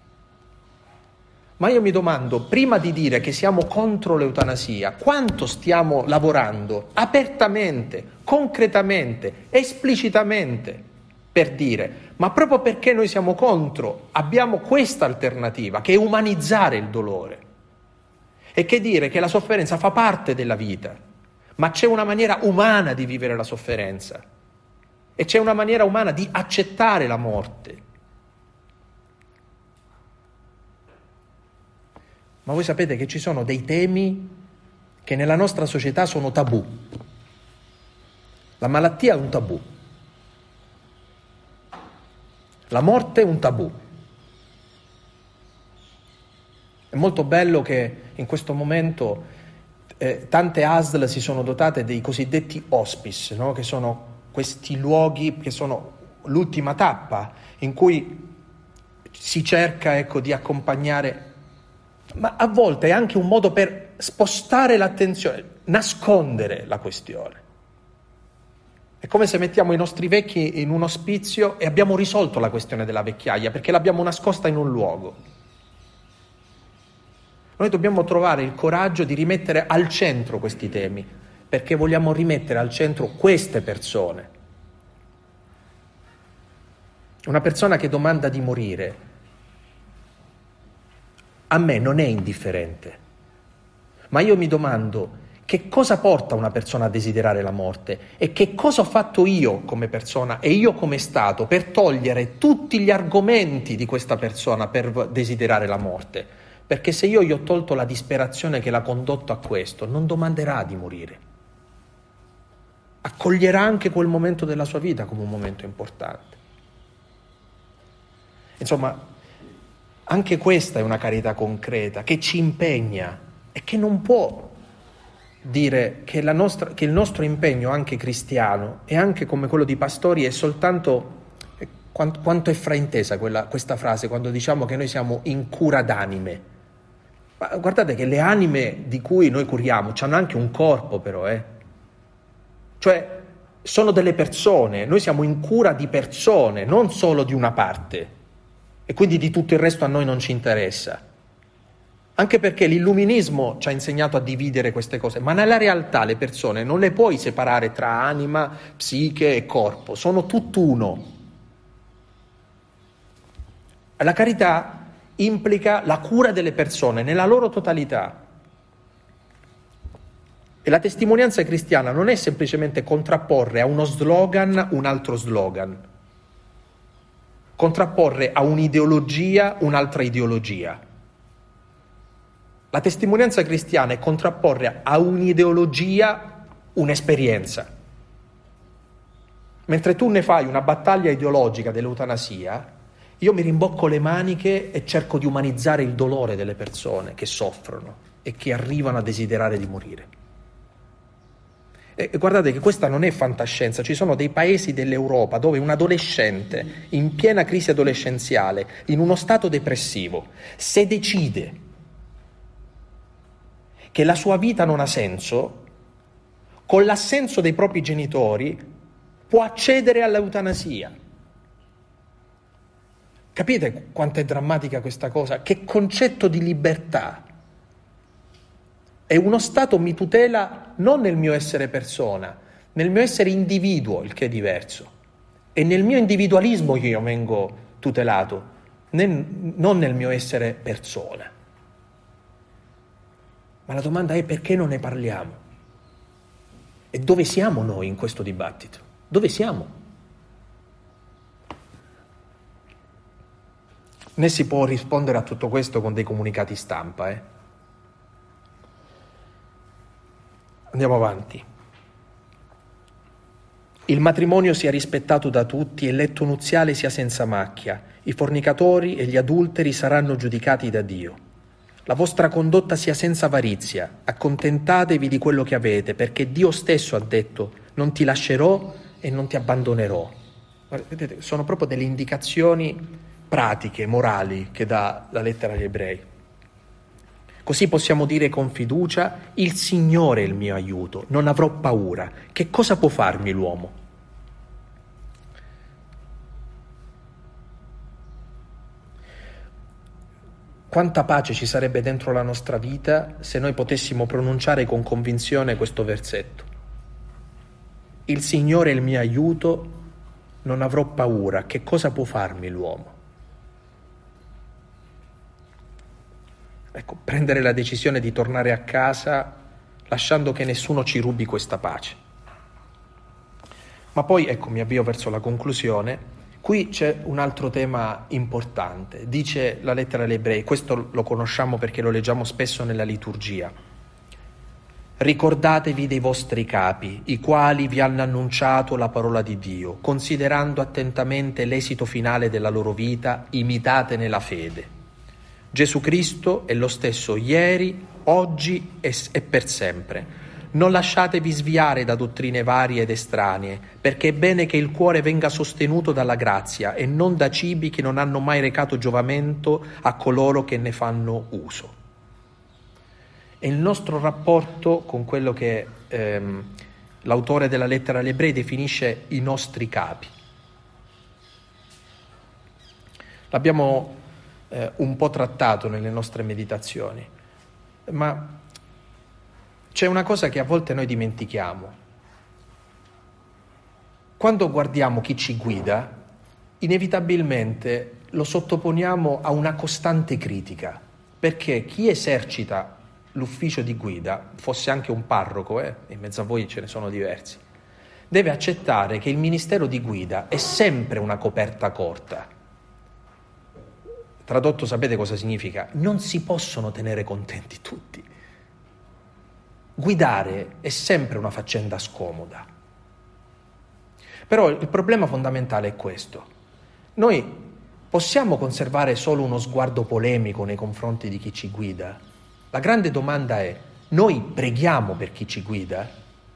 Ma io mi domando, prima di dire che siamo contro l'eutanasia, quanto stiamo lavorando apertamente, concretamente, esplicitamente per dire, ma proprio perché noi siamo contro, abbiamo questa alternativa, che è umanizzare il dolore e che dire che la sofferenza fa parte della vita, ma c'è una maniera umana di vivere la sofferenza e c'è una maniera umana di accettare la morte. Ma voi sapete che ci sono dei temi che nella nostra società sono tabù. La malattia è un tabù. La morte è un tabù. È molto bello che in questo momento eh, tante A S L si sono dotate dei cosiddetti hospice, no? Che sono questi luoghi che sono l'ultima tappa in cui si cerca, ecco, di accompagnare. Ma a volte è anche un modo per spostare l'attenzione, nascondere la questione. È come se mettiamo i nostri vecchi in un ospizio e abbiamo risolto la questione della vecchiaia, perché l'abbiamo nascosta in un luogo. Noi dobbiamo trovare il coraggio di rimettere al centro questi temi, perché vogliamo rimettere al centro queste persone. Una persona che domanda di morire a me non è indifferente, ma io mi domando che cosa porta una persona a desiderare la morte e che cosa ho fatto io come persona e io come Stato per togliere tutti gli argomenti di questa persona per desiderare la morte, perché se io gli ho tolto la disperazione che l'ha condotto a questo, non domanderà di morire, accoglierà anche quel momento della sua vita come un momento importante. Insomma, anche questa è una carità concreta che ci impegna e che non può dire che, la nostra, che il nostro impegno anche cristiano e anche come quello di pastori è soltanto eh, quanto, quanto è fraintesa quella, questa frase quando diciamo che noi siamo in cura d'anime. Ma guardate che le anime di cui noi curiamo hanno anche un corpo però, eh. Cioè sono delle persone, noi siamo in cura di persone, non solo di una parte. E quindi di tutto il resto a noi non ci interessa. Anche perché l'illuminismo ci ha insegnato a dividere queste cose, ma nella realtà le persone non le puoi separare tra anima, psiche e corpo, sono tutt'uno. La carità implica la cura delle persone nella loro totalità. E la testimonianza cristiana non è semplicemente contrapporre a uno slogan un altro slogan, contrapporre a un'ideologia un'altra ideologia. La testimonianza cristiana è contrapporre a un'ideologia un'esperienza. Mentre tu ne fai una battaglia ideologica dell'eutanasia, io mi rimbocco le maniche e cerco di umanizzare il dolore delle persone che soffrono e che arrivano a desiderare di morire. E guardate che questa non è fantascienza, ci sono dei paesi dell'Europa dove un adolescente in piena crisi adolescenziale, in uno stato depressivo, se decide che la sua vita non ha senso, con l'assenso dei propri genitori può accedere all'eutanasia. Capite quanto è drammatica questa cosa? Che concetto di libertà! E uno Stato mi tutela non nel mio essere persona, nel mio essere individuo, il che è diverso. E nel mio individualismo io vengo tutelato, nel, non nel mio essere persona. Ma la domanda è perché non ne parliamo? E dove siamo noi in questo dibattito? Dove siamo? né si può rispondere a tutto questo con dei comunicati stampa. Eh. Andiamo avanti. Il matrimonio sia rispettato da tutti e il letto nuziale sia senza macchia. I fornicatori e gli adulteri saranno giudicati da Dio. La vostra condotta sia senza avarizia. Accontentatevi di quello che avete, perché Dio stesso ha detto: non ti lascerò e non ti abbandonerò. Vedete, sono proprio delle indicazioni pratiche, morali, che dà la lettera agli Ebrei. Così possiamo dire con fiducia: il Signore è il mio aiuto, non avrò paura. Che cosa può farmi l'uomo? Quanta pace ci sarebbe dentro la nostra vita se noi potessimo pronunciare con convinzione questo versetto. Il Signore è il mio aiuto, non avrò paura. Che cosa può farmi l'uomo? Ecco, prendere la decisione di tornare a casa lasciando che nessuno ci rubi questa pace. Ma poi, ecco, mi avvio verso la conclusione. Qui c'è un altro tema importante. Dice la lettera agli Ebrei, questo lo conosciamo perché lo leggiamo spesso nella liturgia: ricordatevi dei vostri capi, i quali vi hanno annunciato la parola di Dio, considerando attentamente l'esito finale della loro vita, imitatene la fede. Gesù Cristo è lo stesso ieri, oggi e, e per sempre. Non lasciatevi sviare da dottrine varie ed estranee, perché è bene che il cuore venga sostenuto dalla grazia e non da cibi che non hanno mai recato giovamento a coloro che ne fanno uso. E il nostro rapporto con quello che ehm, l'autore della lettera agli Ebrei definisce i nostri capi. L'abbiamo eh, un po' trattato nelle nostre meditazioni, ma c'è una cosa che a volte noi dimentichiamo. Quando guardiamo chi ci guida, inevitabilmente lo sottoponiamo a una costante critica, perché chi esercita l'ufficio di guida, fosse anche un parroco, eh, in mezzo a voi ce ne sono diversi, deve accettare che il ministero di guida è sempre una coperta corta. Tradotto, sapete cosa significa? Non si possono tenere contenti tutti. Guidare è sempre una faccenda scomoda. Però il problema fondamentale è questo. Noi possiamo conservare solo uno sguardo polemico nei confronti di chi ci guida? La grande domanda è: noi preghiamo per chi ci guida?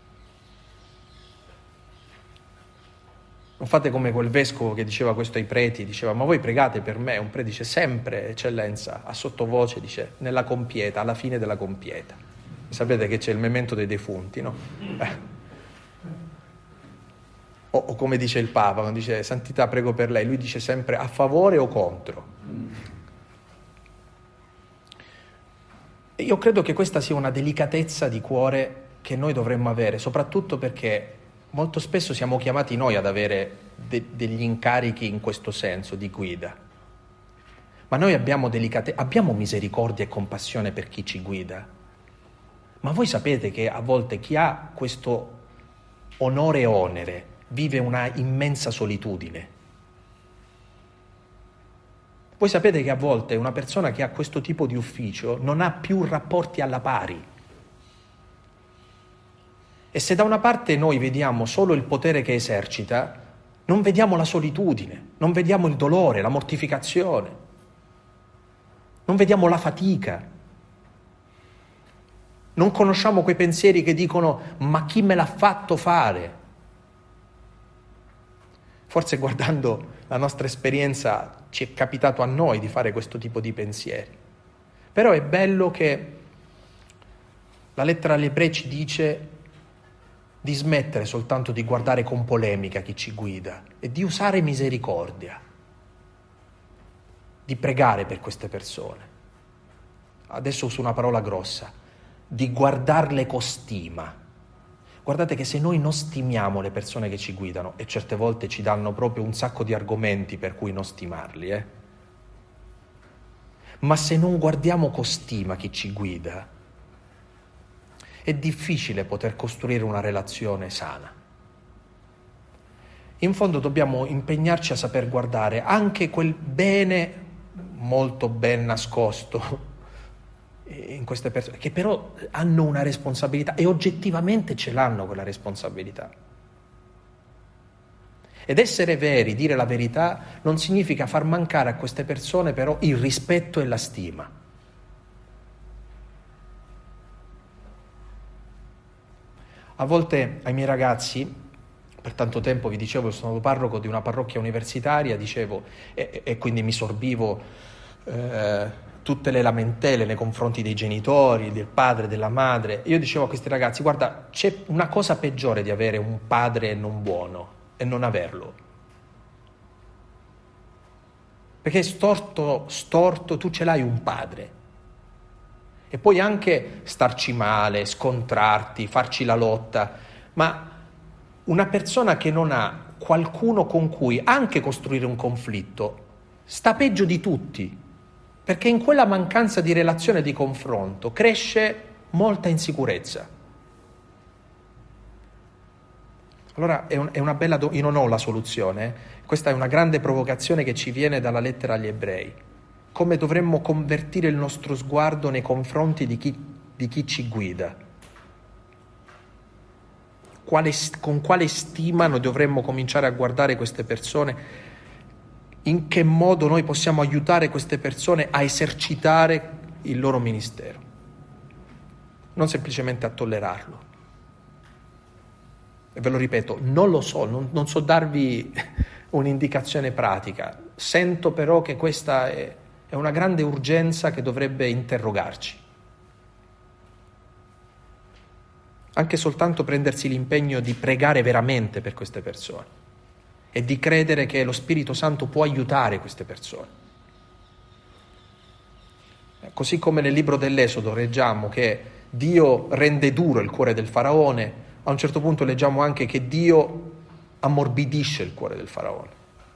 Non fate come quel vescovo che diceva questo ai preti, diceva: ma voi pregate per me? Un prete dice: sempre, eccellenza, a sottovoce dice: nella compieta, alla fine della compieta. Sapete che c'è il memento dei defunti, no? Eh. O, o come dice il Papa, quando dice: santità, prego per lei, lui dice sempre: a favore o contro? E io credo che questa sia una delicatezza di cuore che noi dovremmo avere, soprattutto perché molto spesso siamo chiamati noi ad avere de- degli incarichi in questo senso di guida. Ma noi abbiamo delicate- abbiamo misericordia e compassione per chi ci guida. Ma voi sapete che a volte chi ha questo onore e onere vive una immensa solitudine. Voi sapete che a volte una persona che ha questo tipo di ufficio non ha più rapporti alla pari. E se da una parte noi vediamo solo il potere che esercita, non vediamo la solitudine, non vediamo il dolore, la mortificazione, non vediamo la fatica. Non conosciamo quei pensieri che dicono: ma chi me l'ha fatto fare? Forse guardando la nostra esperienza ci è capitato a noi di fare questo tipo di pensieri. Però è bello che la lettera agli Ebrei ci dice di smettere soltanto di guardare con polemica chi ci guida e di usare misericordia, di pregare per queste persone. Adesso uso una parola grossa: di guardarle con stima. Guardate che se noi non stimiamo le persone che ci guidano, e certe volte ci danno proprio un sacco di argomenti per cui non stimarli, eh? ma se non guardiamo con stima chi ci guida, è difficile poter costruire una relazione sana. In fondo dobbiamo impegnarci a saper guardare anche quel bene molto ben nascosto in queste persone, che però hanno una responsabilità e oggettivamente ce l'hanno quella responsabilità. Ed essere veri, dire la verità, non significa far mancare a queste persone però il rispetto e la stima. A volte ai miei ragazzi, per tanto tempo vi dicevo, sono stato parroco di una parrocchia universitaria, dicevo, e, e quindi mi sorbivo eh, tutte le lamentele nei confronti dei genitori, del padre, della madre. Io dicevo a questi ragazzi, guarda, c'è una cosa peggiore di avere un padre non buono e non averlo. Perché storto, storto, tu ce l'hai un padre. E puoi anche starci male, scontrarti, farci la lotta, ma una persona che non ha qualcuno con cui anche costruire un conflitto sta peggio di tutti, perché in quella mancanza di relazione e di confronto cresce molta insicurezza. Allora è, un, è una bella do- io non ho la soluzione, eh. Questa è una grande provocazione che ci viene dalla lettera agli ebrei. Come dovremmo convertire il nostro sguardo nei confronti di chi, di chi ci guida? Quale, con quale stima noi dovremmo cominciare a guardare queste persone? In che modo noi possiamo aiutare queste persone a esercitare il loro ministero? Non semplicemente a tollerarlo. E ve lo ripeto, non lo so, non, non so darvi un'indicazione pratica. Sento però che questa è, è una grande urgenza che dovrebbe interrogarci. Anche soltanto prendersi l'impegno di pregare veramente per queste persone e di credere che lo Spirito Santo può aiutare queste persone. Così come nel libro dell'Esodo leggiamo che Dio rende duro il cuore del faraone, a un certo punto leggiamo anche che Dio ammorbidisce il cuore del faraone.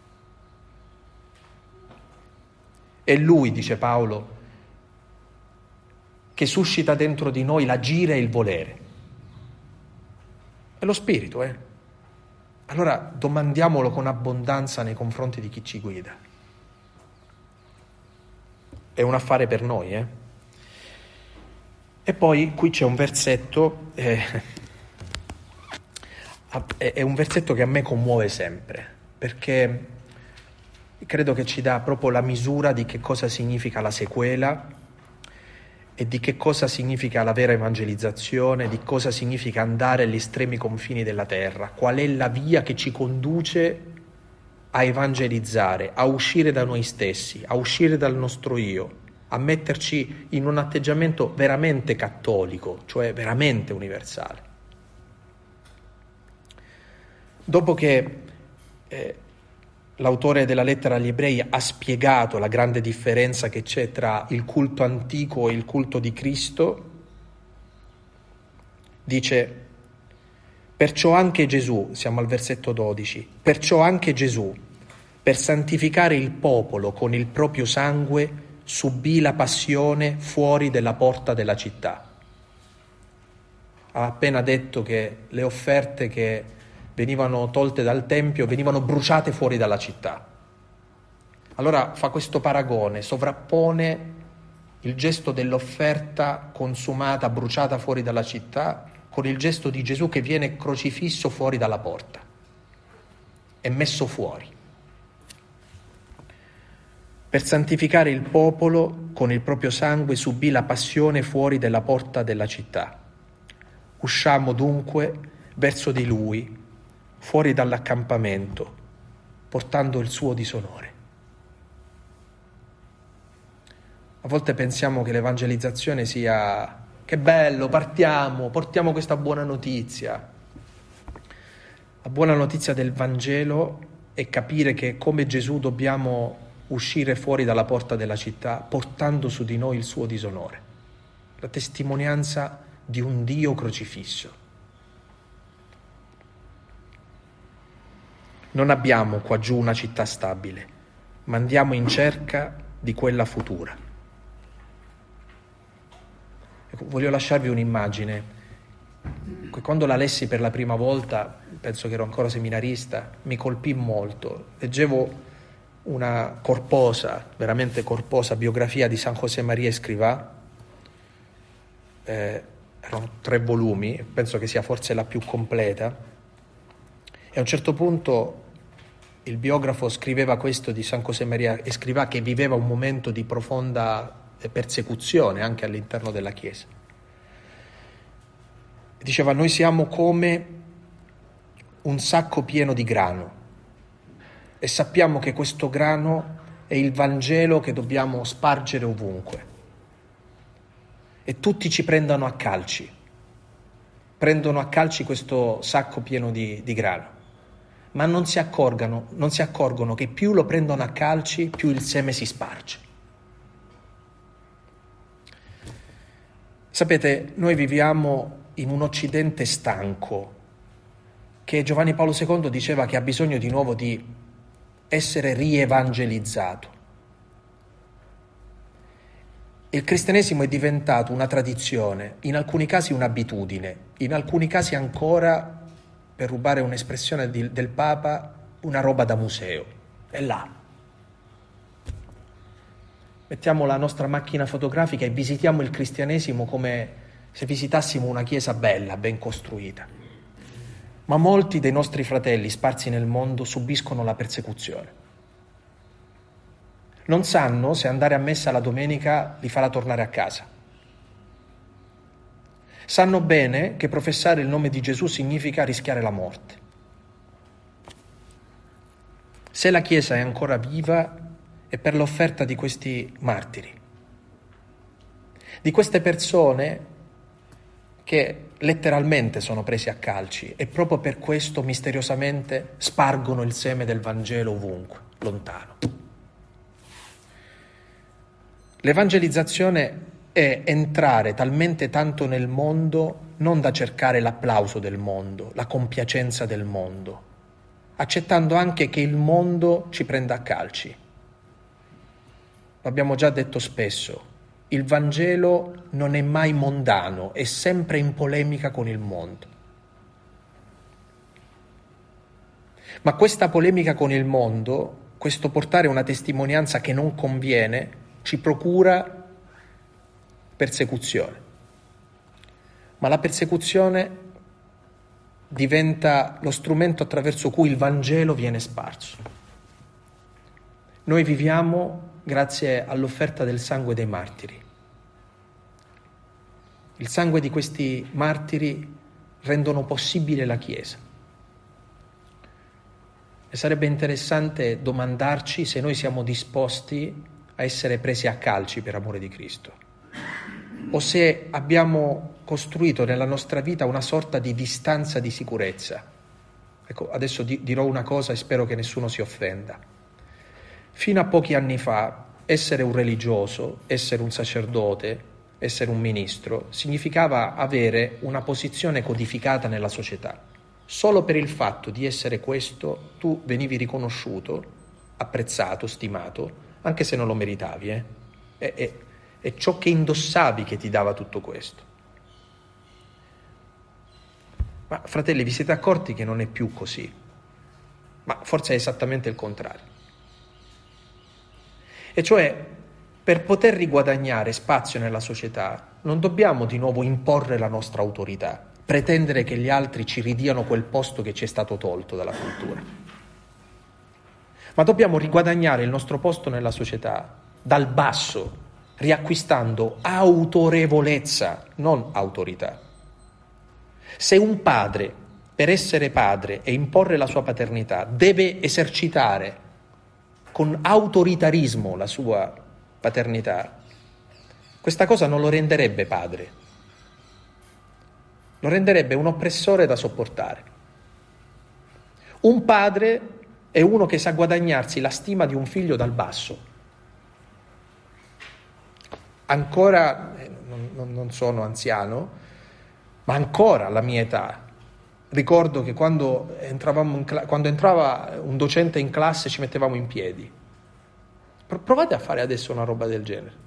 È Lui, dice Paolo, che suscita dentro di noi l'agire e il volere. È lo Spirito, eh? Allora domandiamolo con abbondanza nei confronti di chi ci guida. È un affare per noi, eh? E poi qui c'è un versetto, eh, è un versetto che a me commuove sempre, perché credo che ci dà proprio la misura di che cosa significa la sequela e di che cosa significa la vera evangelizzazione, di cosa significa andare agli estremi confini della terra, qual è la via che ci conduce a evangelizzare, a uscire da noi stessi, a uscire dal nostro io, a metterci in un atteggiamento veramente cattolico, cioè veramente universale. Dopo che eh, l'autore della lettera agli ebrei ha spiegato la grande differenza che c'è tra il culto antico e il culto di Cristo, dice: perciò anche Gesù, siamo al versetto dodici, perciò anche Gesù, per santificare il popolo con il proprio sangue, subì la passione fuori della porta della città. Ha appena detto che le offerte che venivano tolte dal Tempio venivano bruciate fuori dalla città. Allora fa questo paragone, sovrappone il gesto dell'offerta consumata, bruciata fuori dalla città, con il gesto di Gesù che viene crocifisso fuori dalla porta e messo fuori. Per santificare il popolo con il proprio sangue subì la passione fuori della porta della città. Usciamo dunque verso di lui, fuori dall'accampamento, portando il suo disonore. A volte pensiamo che l'evangelizzazione sia: che bello, partiamo, portiamo questa buona notizia. La buona notizia del Vangelo è capire che come Gesù dobbiamo uscire fuori dalla porta della città portando su di noi il suo disonore, la testimonianza di un Dio crocifisso. Non abbiamo qua giù una città stabile, ma andiamo in cerca di quella futura. Ecco, voglio lasciarvi un'immagine. Quando la lessi per la prima volta, penso che ero ancora seminarista, mi colpì molto. Leggevo una corposa, veramente corposa biografia di San José María Escrivá, eh, erano tre volumi, penso che sia forse la più completa, e a un certo punto il biografo scriveva questo di San José María Escrivá, che viveva un momento di profonda persecuzione anche all'interno della Chiesa. Diceva: noi siamo come un sacco pieno di grano e sappiamo che questo grano è il Vangelo che dobbiamo spargere ovunque, e tutti ci prendono a calci, prendono a calci questo sacco pieno di, di grano, ma non si accorgono, non si accorgono che più lo prendono a calci, più il seme si sparge. Sapete, noi viviamo in un Occidente stanco, che Giovanni Paolo secondo diceva che ha bisogno di nuovo di essere rievangelizzato. Il cristianesimo è diventato una tradizione, in alcuni casi un'abitudine, in alcuni casi ancora, per rubare un'espressione di, del Papa, una roba da museo. È là. Mettiamo la nostra macchina fotografica e visitiamo il cristianesimo come se visitassimo una chiesa bella, ben costruita. Ma molti dei nostri fratelli sparsi nel mondo subiscono la persecuzione. Non sanno se andare a messa la domenica li farà tornare a casa. Sanno bene che professare il nome di Gesù significa rischiare la morte. Se la Chiesa è ancora viva è per l'offerta di questi martiri, di queste persone che letteralmente sono presi a calci e proprio per questo misteriosamente spargono il seme del Vangelo ovunque, lontano. L'evangelizzazione è entrare talmente tanto nel mondo non da cercare l'applauso del mondo, la compiacenza del mondo, accettando anche che il mondo ci prenda a calci. L'abbiamo già detto spesso, il Vangelo non è mai mondano, è sempre in polemica con il mondo. Ma questa polemica con il mondo, questo portare una testimonianza che non conviene, ci procura persecuzione. Ma la persecuzione diventa lo strumento attraverso cui il Vangelo viene sparso. Noi viviamo grazie all'offerta del sangue dei martiri. Il sangue di questi martiri rendono possibile la Chiesa. E sarebbe interessante domandarci se noi siamo disposti a essere presi a calci per amore di Cristo, o se abbiamo costruito nella nostra vita una sorta di distanza di sicurezza. Ecco, adesso di- dirò una cosa e spero che nessuno si offenda. Fino a pochi anni fa, essere un religioso, essere un sacerdote, essere un ministro, significava avere una posizione codificata nella società. Solo per il fatto di essere questo, tu venivi riconosciuto, apprezzato, stimato, anche se non lo meritavi. Eh? È, è, è ciò che indossavi che ti dava tutto questo. Ma fratelli, vi siete accorti che non è più così? Ma forse è esattamente il contrario. E cioè, per poter riguadagnare spazio nella società, non dobbiamo di nuovo imporre la nostra autorità, pretendere che gli altri ci ridiano quel posto che ci è stato tolto dalla cultura. Ma dobbiamo riguadagnare il nostro posto nella società dal basso, riacquistando autorevolezza, non autorità. Se un padre, per essere padre e imporre la sua paternità, deve esercitare con autoritarismo la sua paternità, questa cosa non lo renderebbe padre, lo renderebbe un oppressore da sopportare. Un padre è uno che sa guadagnarsi la stima di un figlio dal basso. Ancora, eh, non, non sono anziano, ma ancora alla mia età, ricordo che quando, entravamo in cla- quando entrava un docente in classe ci mettevamo in piedi. Pro- provate a fare adesso una roba del genere.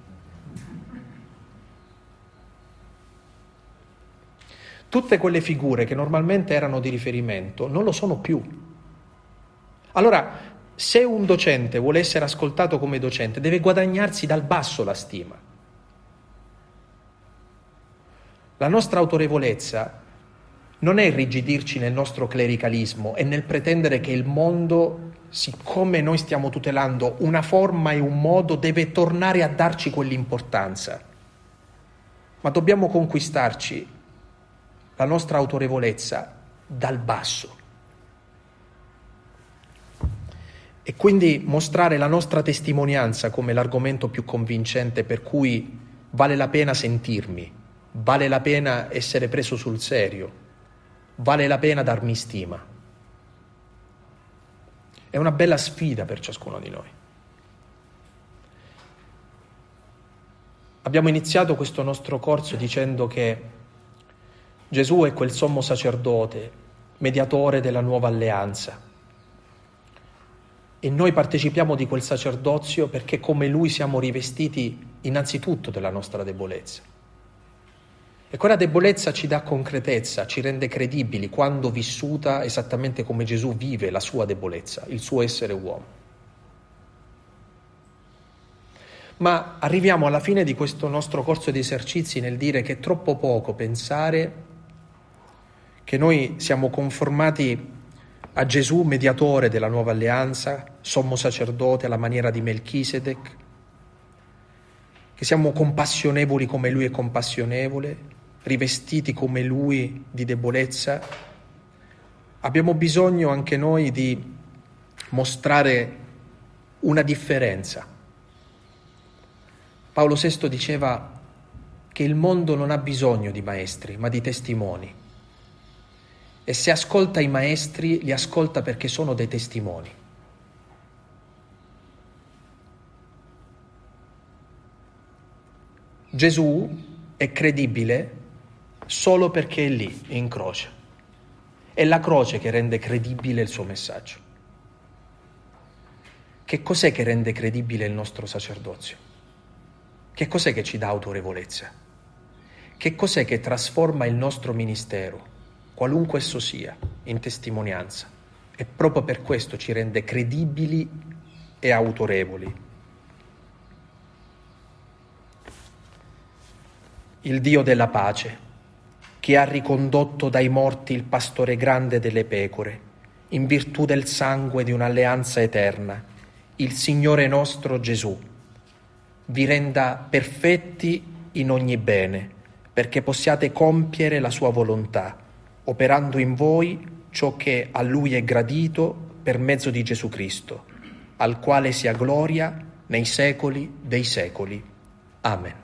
Tutte quelle figure che normalmente erano di riferimento non lo sono più. Allora, Se un docente vuole essere ascoltato come docente, deve guadagnarsi dal basso la stima. La nostra autorevolezza non è irrigidirci nel nostro clericalismo e nel pretendere che il mondo, siccome noi stiamo tutelando una forma e un modo, deve tornare a darci quell'importanza. Ma dobbiamo conquistarci la nostra autorevolezza dal basso. E quindi mostrare la nostra testimonianza come l'argomento più convincente per cui vale la pena sentirmi, vale la pena essere preso sul serio, vale la pena darmi stima. È una bella sfida per ciascuno di noi. Abbiamo iniziato questo nostro corso dicendo che Gesù è quel sommo sacerdote, mediatore della nuova alleanza. E noi partecipiamo di quel sacerdozio perché come Lui siamo rivestiti innanzitutto della nostra debolezza. E quella debolezza ci dà concretezza, ci rende credibili quando vissuta esattamente come Gesù vive la sua debolezza, il suo essere uomo. Ma arriviamo alla fine di questo nostro corso di esercizi nel dire che è troppo poco pensare che noi siamo conformati a Gesù, mediatore della nuova alleanza, sommo sacerdote alla maniera di Melchisedec, che siamo compassionevoli come Lui è compassionevole, rivestiti come Lui di debolezza. Abbiamo bisogno anche noi di mostrare una differenza. Paolo sesto diceva che il mondo non ha bisogno di maestri, ma di testimoni. E se ascolta i maestri, li ascolta perché sono dei testimoni. Gesù è credibile solo perché è lì, in croce. È la croce che rende credibile il suo messaggio. Che cos'è che rende credibile il nostro sacerdozio? Che cos'è che ci dà autorevolezza? Che cos'è che trasforma il nostro ministero, qualunque esso sia, in testimonianza? E proprio per questo ci rende credibili e autorevoli. Il Dio della pace, che ha ricondotto dai morti il pastore grande delle pecore, in virtù del sangue di un'alleanza eterna, il Signore nostro Gesù, vi renda perfetti in ogni bene, perché possiate compiere la sua volontà, operando in voi ciò che a Lui è gradito per mezzo di Gesù Cristo, al quale sia gloria nei secoli dei secoli. Amen.